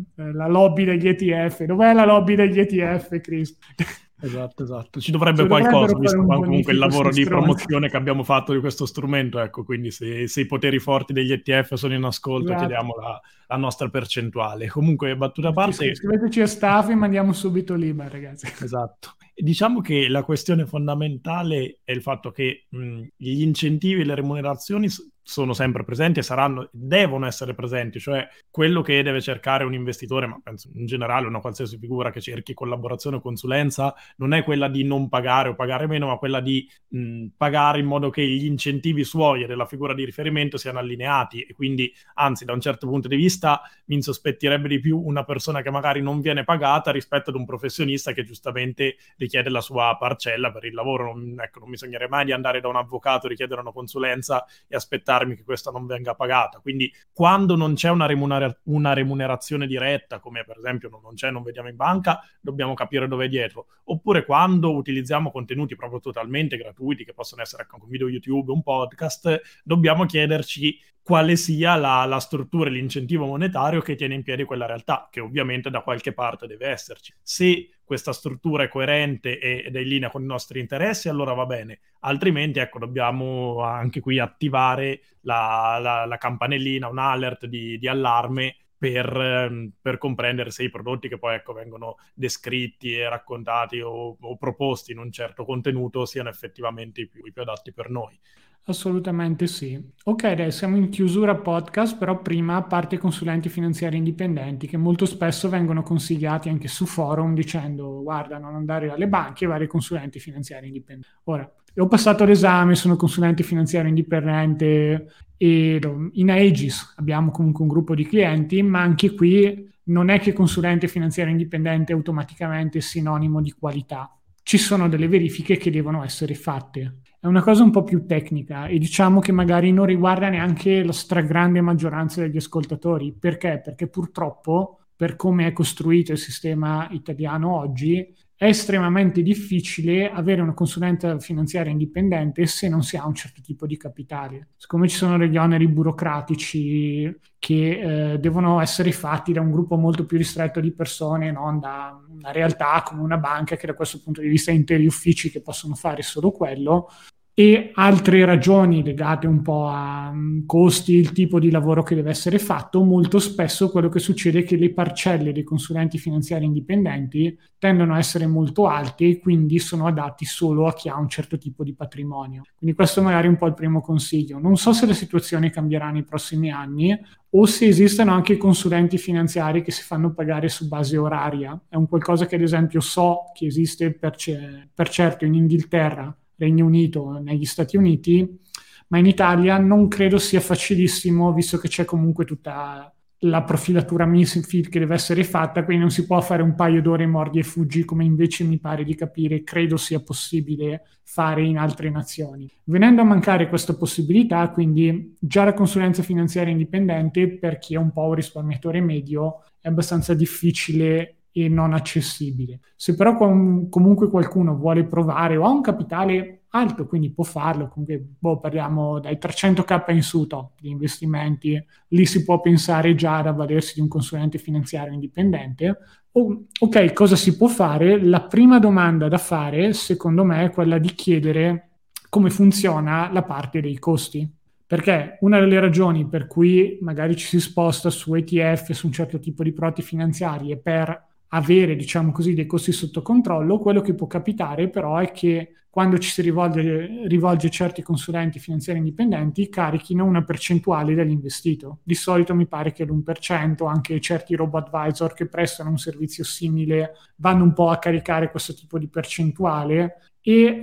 la lobby degli ETF. Dov'è la lobby degli ETF, Chris? Esatto. Ci dovrebbe qualcosa, visto comunque il lavoro di promozione che abbiamo fatto di questo strumento. Ecco, quindi se i poteri forti degli ETF sono in ascolto, chiediamo la nostra percentuale. Comunque, battuta a parte... Scriveteci a staff e mandiamo subito l'email, ragazzi. Esatto. Diciamo che la questione fondamentale è il fatto che gli incentivi e le remunerazioni sono sempre presenti e devono essere presenti, cioè quello che deve cercare un investitore, ma penso in generale una qualsiasi figura che cerchi collaborazione o consulenza, non è quella di non pagare o pagare meno, ma quella di pagare in modo che gli incentivi suoi e della figura di riferimento siano allineati, e quindi anzi da un certo punto di vista mi insospettirebbe di più una persona che magari non viene pagata rispetto ad un professionista che giustamente richiede la sua parcella per il lavoro. Non mi sognerei mai di andare da un avvocato, richiedere una consulenza e aspettare che questa non venga pagata. Quindi quando non c'è una remunerazione diretta, come per esempio non vediamo in banca, dobbiamo capire dove è dietro. Oppure quando utilizziamo contenuti proprio totalmente gratuiti, che possono essere anche un video YouTube, un podcast, dobbiamo chiederci quale sia la struttura e l'incentivo monetario che tiene in piedi quella realtà, che ovviamente da qualche parte deve esserci. Se questa struttura è coerente ed è in linea con i nostri interessi, allora va bene. Altrimenti, ecco, dobbiamo anche qui attivare la campanellina, un alert di allarme per comprendere se i prodotti che poi vengono descritti e raccontati o proposti in un certo contenuto siano effettivamente i più adatti per noi. Assolutamente sì. Ok, adesso siamo in chiusura podcast, però prima parte i consulenti finanziari indipendenti che molto spesso vengono consigliati anche su forum dicendo guarda, non andare alle banche, vai ai consulenti finanziari indipendenti. Ora, ho passato l'esame, sono consulente finanziario indipendente e in Aegis abbiamo comunque un gruppo di clienti, ma anche qui non è che consulente finanziario indipendente è automaticamente sinonimo di qualità. Ci sono delle verifiche che devono essere fatte. È una cosa un po' più tecnica e diciamo che magari non riguarda neanche la stragrande maggioranza degli ascoltatori. Perché? Perché purtroppo, per come è costruito il sistema italiano oggi, è estremamente difficile avere una consulenza finanziaria indipendente se non si ha un certo tipo di capitale. Siccome ci sono degli oneri burocratici che devono essere fatti da un gruppo molto più ristretto di persone, non da una realtà come una banca che da questo punto di vista ha interi uffici che possono fare solo quello, e altre ragioni legate un po' a costi, il tipo di lavoro che deve essere fatto. Molto spesso quello che succede è che le parcelle dei consulenti finanziari indipendenti tendono a essere molto alte e quindi sono adatti solo a chi ha un certo tipo di patrimonio. Quindi questo magari è un po' il primo consiglio. Non so se la situazione cambierà nei prossimi anni o se esistono anche consulenti finanziari che si fanno pagare su base oraria. È un qualcosa che ad esempio so che esiste per certo in Inghilterra, Regno Unito, negli Stati Uniti, ma in Italia non credo sia facilissimo, visto che c'è comunque tutta la profilatura MiFID che deve essere fatta, quindi non si può fare un paio d'ore mordi e fuggi come invece mi pare di capire, credo sia possibile fare in altre nazioni. Venendo a mancare questa possibilità, quindi già la consulenza finanziaria indipendente per chi è un po' un risparmiatore medio è abbastanza difficile e non accessibile. Se però comunque qualcuno vuole provare o ha un capitale alto, quindi può farlo. Comunque parliamo dai 300k in su di investimenti, lì si può pensare già ad avvalersi di un consulente finanziario indipendente. Ok, cosa si può fare? La prima domanda da fare, secondo me, è quella di chiedere come funziona la parte dei costi. Perché una delle ragioni per cui magari ci si sposta su ETF, su un certo tipo di prodotti finanziari, è per avere, diciamo così, dei costi sotto controllo. Quello che può capitare però è che quando ci si rivolge certi consulenti finanziari indipendenti, carichino una percentuale dell'investito. Di solito mi pare che l'1%, anche certi robo-advisor che prestano un servizio simile vanno un po' a caricare questo tipo di percentuale e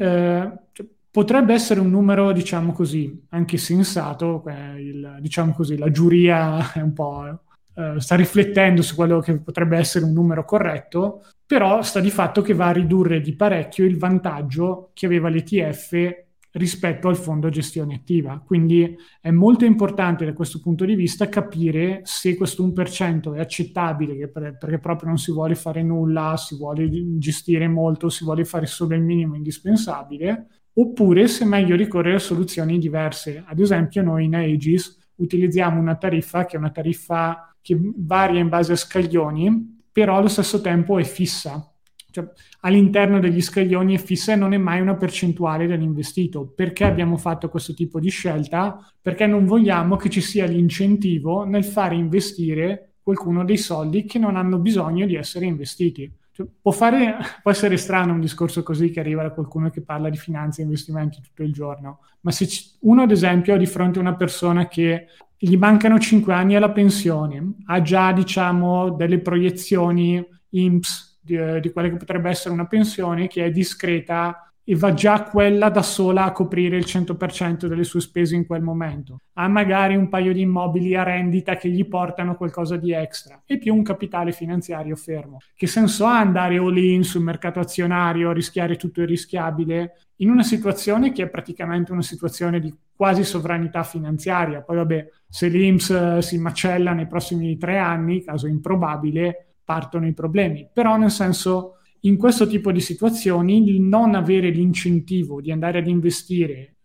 potrebbe essere un numero, diciamo così, anche sensato. Diciamo così, la giuria è un po'... sta riflettendo su quello che potrebbe essere un numero corretto, però sta di fatto che va a ridurre di parecchio il vantaggio che aveva l'ETF rispetto al fondo gestione attiva. Quindi è molto importante da questo punto di vista capire se questo 1% è accettabile, perché proprio non si vuole fare nulla, si vuole gestire molto, si vuole fare solo il minimo indispensabile, oppure se è meglio ricorrere a soluzioni diverse. Ad esempio noi in Aegis utilizziamo una tariffa che è una tariffa che varia in base a scaglioni, però allo stesso tempo è fissa. Cioè, all'interno degli scaglioni è fissa e non è mai una percentuale dell'investito. Perché abbiamo fatto questo tipo di scelta? Perché non vogliamo che ci sia l'incentivo nel fare investire qualcuno dei soldi che non hanno bisogno di essere investiti. Cioè, può essere strano un discorso così che arriva da qualcuno che parla di finanza e investimenti tutto il giorno, ma se uno ad esempio ha di fronte a una persona che gli mancano 5 anni alla pensione, ha già diciamo delle proiezioni INPS di quella che potrebbe essere una pensione che è discreta e va già quella da sola a coprire il 100% delle sue spese in quel momento. Ha magari un paio di immobili a rendita che gli portano qualcosa di extra e più un capitale finanziario fermo. Che senso ha andare all-in sul mercato azionario, rischiare tutto il rischiabile in una situazione che è praticamente una situazione di quasi sovranità finanziaria? Poi vabbè, se l'INPS si macella nei prossimi 3 anni, caso improbabile, partono i problemi. Però nel senso, in questo tipo di situazioni, il non avere l'incentivo di andare ad investire,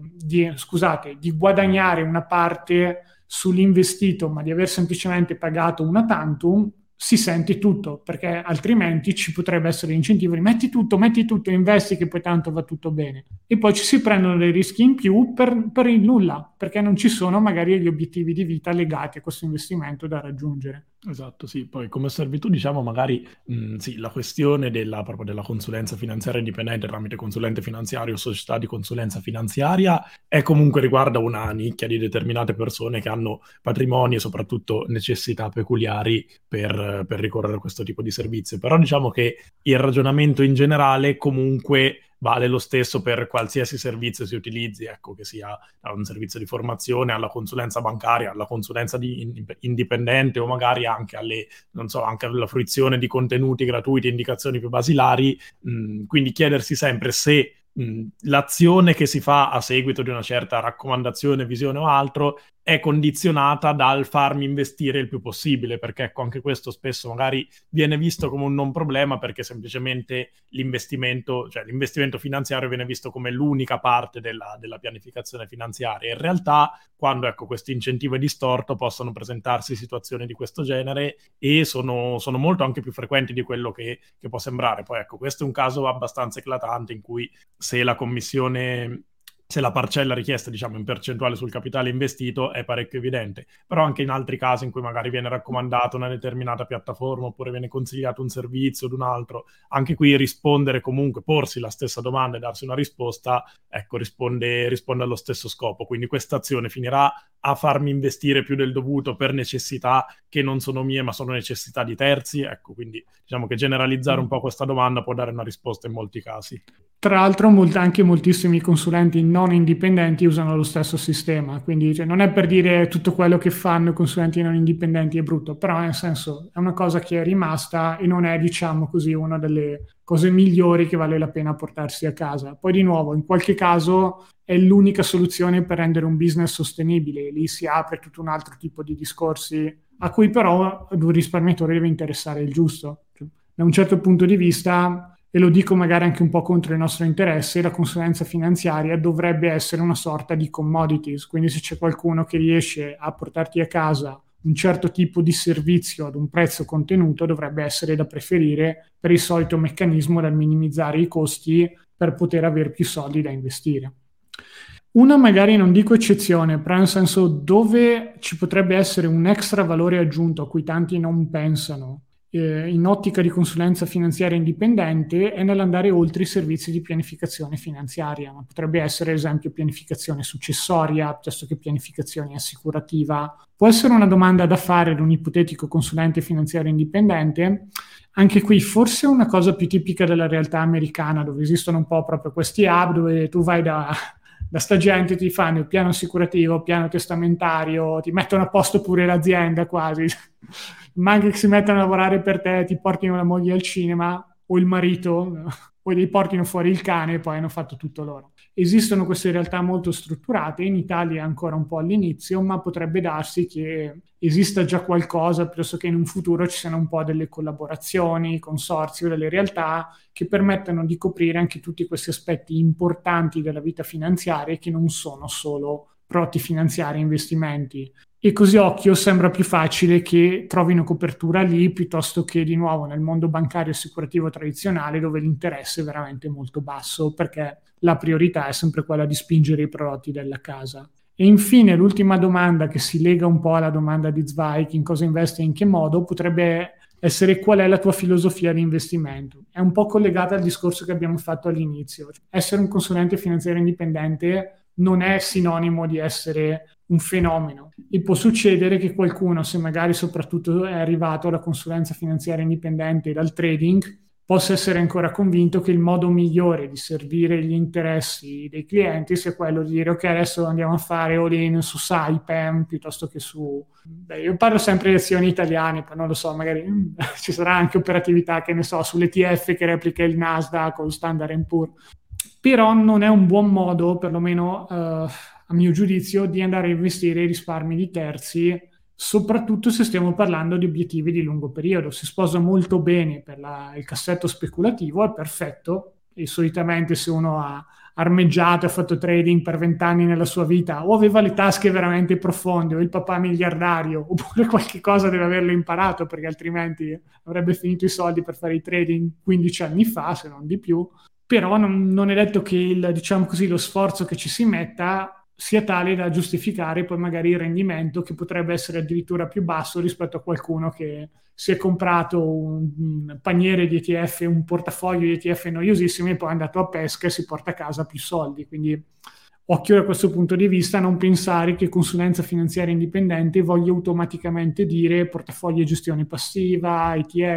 di guadagnare una parte sull'investito, ma di aver semplicemente pagato una tantum, si sente tutto, perché altrimenti ci potrebbe essere l'incentivo di metti tutto, investi che poi tanto va tutto bene. E poi ci si prendono dei rischi in più per il nulla, perché non ci sono magari gli obiettivi di vita legati a questo investimento da raggiungere. Esatto, sì. Poi come osservi tu, diciamo magari sì, la questione proprio della consulenza finanziaria indipendente tramite consulente finanziario o società di consulenza finanziaria è comunque riguarda una nicchia di determinate persone che hanno patrimoni e soprattutto necessità peculiari per ricorrere a questo tipo di servizio. Però diciamo che il ragionamento in generale comunque vale lo stesso per qualsiasi servizio si utilizzi, ecco, che sia un servizio di formazione, alla consulenza bancaria, alla consulenza indipendente o magari anche anche alla fruizione di contenuti gratuiti, indicazioni più basilari. Quindi chiedersi sempre se l'azione che si fa a seguito di una certa raccomandazione, visione o altro è condizionata dal farmi investire il più possibile, perché ecco, anche questo spesso magari viene visto come un non problema, perché semplicemente l'investimento finanziario viene visto come l'unica parte della pianificazione finanziaria. In realtà, quando ecco, questo incentivo è distorto, possono presentarsi situazioni di questo genere e sono molto anche più frequenti di quello che può sembrare. Poi ecco, questo è un caso abbastanza eclatante in cui se la parcella richiesta, diciamo, in percentuale sul capitale investito è parecchio evidente, però anche in altri casi in cui magari viene raccomandata una determinata piattaforma oppure viene consigliato un servizio ad un altro, anche qui rispondere comunque, porsi la stessa domanda e darsi una risposta, ecco, risponde allo stesso scopo. Quindi questa azione finirà a farmi investire più del dovuto per necessità che non sono mie ma sono necessità di terzi, ecco, quindi diciamo che generalizzare un po' questa domanda può dare una risposta in molti casi. Tra l'altro anche moltissimi consulenti non indipendenti usano lo stesso sistema, quindi non è per dire tutto quello che fanno i consulenti non indipendenti è brutto, però nel senso è una cosa che è rimasta e non è, diciamo così, una delle cose migliori che vale la pena portarsi a casa. Poi di nuovo, in qualche caso è l'unica soluzione per rendere un business sostenibile, lì si apre tutto un altro tipo di discorsi a cui però ad un risparmiatore deve interessare il giusto. Da un certo punto di vista e lo dico magari anche un po' contro il nostro interesse, la consulenza finanziaria dovrebbe essere una sorta di commodities, quindi se c'è qualcuno che riesce a portarti a casa un certo tipo di servizio ad un prezzo contenuto, dovrebbe essere da preferire per il solito meccanismo del minimizzare i costi per poter avere più soldi da investire. Una magari non dico eccezione, però nel senso dove ci potrebbe essere un extra valore aggiunto a cui tanti non pensano in ottica di consulenza finanziaria indipendente è nell'andare oltre i servizi di pianificazione finanziaria, ma potrebbe essere ad esempio pianificazione successoria piuttosto che pianificazione assicurativa. Può essere una domanda da fare ad un ipotetico consulente finanziario indipendente. Anche qui forse una cosa più tipica della realtà americana, dove esistono un po' proprio questi hub dove tu vai da sta gente, ti fanno il piano assicurativo, il piano testamentario, ti mettono a posto pure l'azienda quasi, ma anche che si mettono a lavorare per te, ti portino la moglie al cinema o il marito, poi li portino fuori il cane e poi hanno fatto tutto loro. Esistono queste realtà molto strutturate, in Italia è ancora un po' all'inizio, ma potrebbe darsi che esista già qualcosa, piuttosto che in un futuro ci siano un po' delle collaborazioni, consorzi o delle realtà che permettano di coprire anche tutti questi aspetti importanti della vita finanziaria che non sono solo prodotti finanziari e investimenti. E così occhio sembra più facile che trovino copertura lì piuttosto che di nuovo nel mondo bancario assicurativo tradizionale dove l'interesse è veramente molto basso perché la priorità è sempre quella di spingere i prodotti della casa. E infine l'ultima domanda che si lega un po' alla domanda di Zweig, in cosa investe e in che modo, potrebbe essere qual è la tua filosofia di investimento. È un po' collegata al discorso che abbiamo fatto all'inizio. Essere un consulente finanziario indipendente non è sinonimo di essere un fenomeno e può succedere che qualcuno, se magari soprattutto è arrivato alla consulenza finanziaria indipendente e dal trading, possa essere ancora convinto che il modo migliore di servire gli interessi dei clienti sia quello di dire ok, adesso andiamo a fare all-in su Saipem piuttosto che su... io parlo sempre di azioni italiane, poi non lo so, magari ci sarà anche operatività, che ne so, sull'ETF che replica il Nasdaq o lo Standard & Poor's, però non è un buon modo, perlomeno a mio giudizio, di andare a investire i risparmi di terzi, soprattutto se stiamo parlando di obiettivi di lungo periodo. Si sposa molto bene per il cassetto speculativo, è perfetto, e solitamente se uno ha armeggiato, ha fatto trading per 20 anni nella sua vita, o aveva le tasche veramente profonde, o il papà miliardario, oppure qualche cosa deve averlo imparato, perché altrimenti avrebbe finito i soldi per fare i trading 15 anni fa, se non di più. Però non è detto che diciamo così, lo sforzo che ci si metta sia tale da giustificare poi magari il rendimento che potrebbe essere addirittura più basso rispetto a qualcuno che si è comprato un paniere di ETF, un portafoglio di ETF noiosissimi e poi è andato a pesca e si porta a casa più soldi. Quindi occhio da questo punto di vista a non pensare che consulenza finanziaria indipendente voglia automaticamente dire portafoglio e gestione passiva,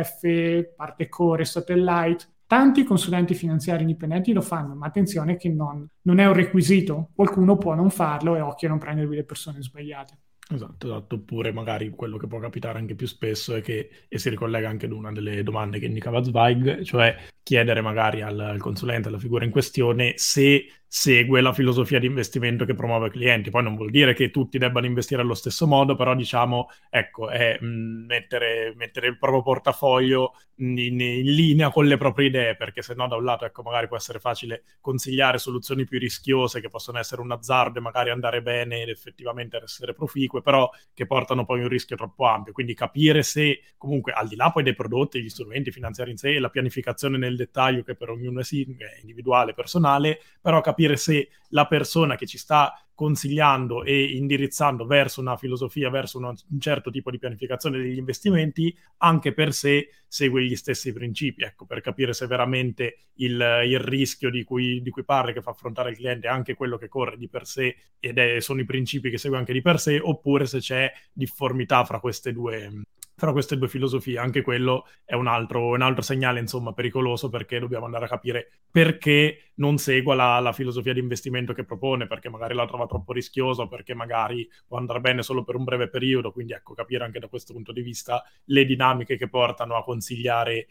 ETF, parte core, satellite. Tanti consulenti finanziari indipendenti lo fanno, ma attenzione che non è un requisito. Qualcuno può non farlo e occhio a non prendervi le persone sbagliate. Esatto. Oppure magari quello che può capitare anche più spesso è che, e si ricollega anche ad una delle domande che indicava Zweig, cioè chiedere magari al consulente, alla figura in questione, se segue la filosofia di investimento che promuove i clienti. Poi non vuol dire che tutti debbano investire allo stesso modo, però diciamo, ecco, è mettere il proprio portafoglio in linea con le proprie idee, perché se no da un lato, ecco, magari può essere facile consigliare soluzioni più rischiose che possono essere un azzardo e magari andare bene ed effettivamente essere proficue, però che portano poi un rischio troppo ampio. Quindi capire se comunque, al di là poi dei prodotti, gli strumenti finanziari in sé, la pianificazione nel dettaglio che per ognuno è individuale, personale, però capire se la persona che ci sta consigliando e indirizzando verso una filosofia, verso un certo tipo di pianificazione degli investimenti, anche per sé segue gli stessi principi, ecco, per capire se veramente il rischio di cui parli, che fa affrontare il cliente, è anche quello che corre di per sé sono i principi che segue anche di per sé, oppure se c'è difformità fra queste due filosofie. Anche quello è un altro segnale, insomma, pericoloso, perché dobbiamo andare a capire perché non segua la filosofia di investimento che propone, perché magari la trova troppo rischiosa, perché magari può andare bene solo per un breve periodo. Quindi ecco, capire anche da questo punto di vista le dinamiche che portano a consigliare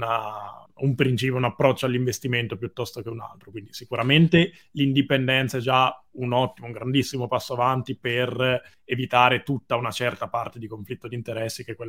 un principio, un approccio all'investimento piuttosto che un altro. Quindi sicuramente l'indipendenza è già un grandissimo passo avanti per evitare tutta una certa parte di conflitto di interessi, che è quella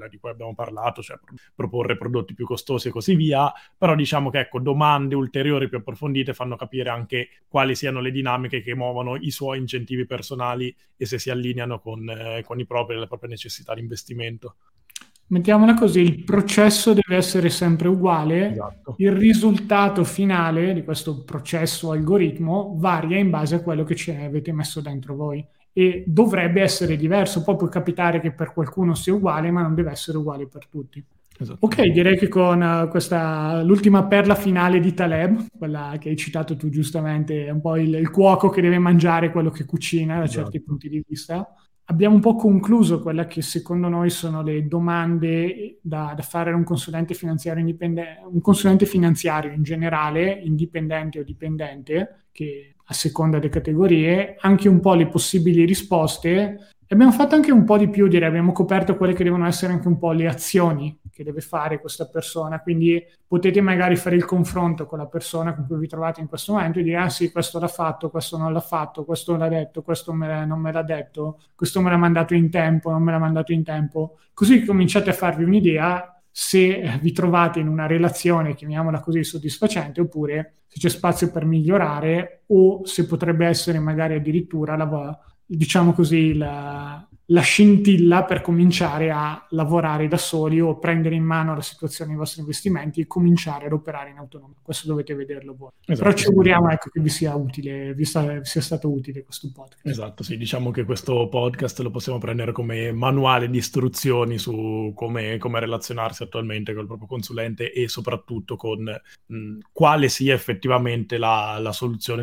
quella di cui abbiamo parlato, cioè proporre prodotti più costosi e così via, però diciamo che ecco, domande ulteriori più approfondite fanno capire anche quali siano le dinamiche che muovono i suoi incentivi personali e se si allineano con le proprie necessità di investimento. Mettiamola così, il processo deve essere sempre uguale, Esatto. il risultato finale di questo processo algoritmo varia in base a quello che ci avete messo dentro voi e dovrebbe essere diverso, poi può capitare che per qualcuno sia uguale, ma non deve essere uguale per tutti. Ok, direi che con questa l'ultima perla finale di Taleb, quella che hai citato tu giustamente, è un po' il cuoco che deve mangiare quello che cucina da certi punti di vista. Abbiamo un po' concluso quella che secondo noi sono le domande da fare a un consulente finanziario indipendente, un consulente finanziario in generale, indipendente o dipendente, che a seconda delle categorie, anche un po' le possibili risposte. E abbiamo fatto anche un po' di più, direi, abbiamo coperto quelle che devono essere anche un po' le azioni che deve fare questa persona, quindi potete magari fare il confronto con la persona con cui vi trovate in questo momento e dire, ah sì, questo l'ha fatto, questo non l'ha fatto, questo l'ha detto, questo non me l'ha detto, questo me l'ha mandato in tempo, non me l'ha mandato in tempo, così cominciate a farvi un'idea se vi trovate in una relazione, chiamiamola così, soddisfacente, oppure se c'è spazio per migliorare o se potrebbe essere magari addirittura diciamo così, la scintilla per cominciare a lavorare da soli o prendere in mano la situazione dei vostri investimenti e cominciare ad operare in autonomia. Questo dovete vederlo voi. Esatto, però ci auguriamo che vi sia utile, vi sia stato utile questo podcast. Esatto, sì, diciamo che questo podcast lo possiamo prendere come manuale di istruzioni su come relazionarsi attualmente col proprio consulente e soprattutto con quale sia effettivamente la soluzione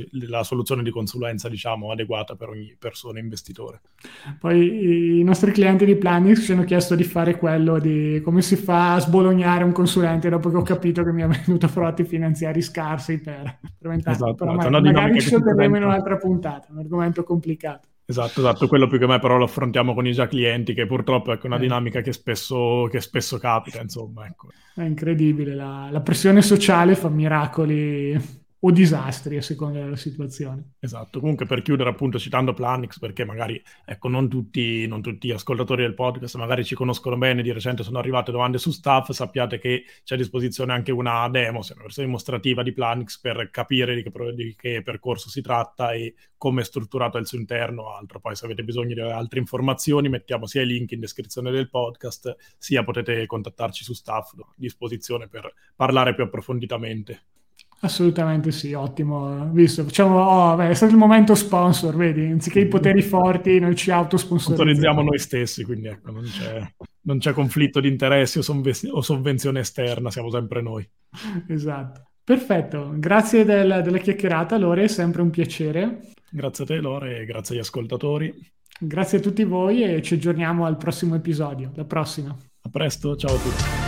di consulenza, diciamo, adeguata per ogni persona investitore. Poi i nostri clienti di Planix ci hanno chiesto di fare quello di come si fa a sbolognare un consulente dopo che ho capito che mi ha venuto frutti finanziari scarsi per Esatto, però magari ci torneremo in un'altra puntata, un argomento complicato. Esatto, quello più che mai però lo affrontiamo con i già clienti, che purtroppo è una dinamica che spesso capita, insomma. Ecco. È incredibile, la pressione sociale fa miracoli o disastri a seconda della situazione. Esatto, comunque per chiudere appunto citando Planix, perché magari ecco non tutti gli ascoltatori del podcast magari ci conoscono bene, di recente sono arrivate domande su Staff, sappiate che c'è a disposizione anche una demo, una versione dimostrativa di Planix per capire di che percorso si tratta e come è strutturato al suo interno, altro. Poi se avete bisogno di altre informazioni mettiamo sia i link in descrizione del podcast, sia potete contattarci su Staff, a disposizione per parlare più approfonditamente. Assolutamente sì, ottimo. Visto, facciamo, è stato il momento sponsor, vedi? Anziché i poteri forti, noi ci autosponsorizziamo noi stessi, quindi ecco, non c'è conflitto di interessi o sovvenzione esterna, siamo sempre noi. Esatto. Perfetto, grazie della chiacchierata, Lore, è sempre un piacere. Grazie a te, Lore, e grazie agli ascoltatori. Grazie a tutti voi e ci aggiorniamo al prossimo episodio. Alla prossima. A presto, ciao a tutti.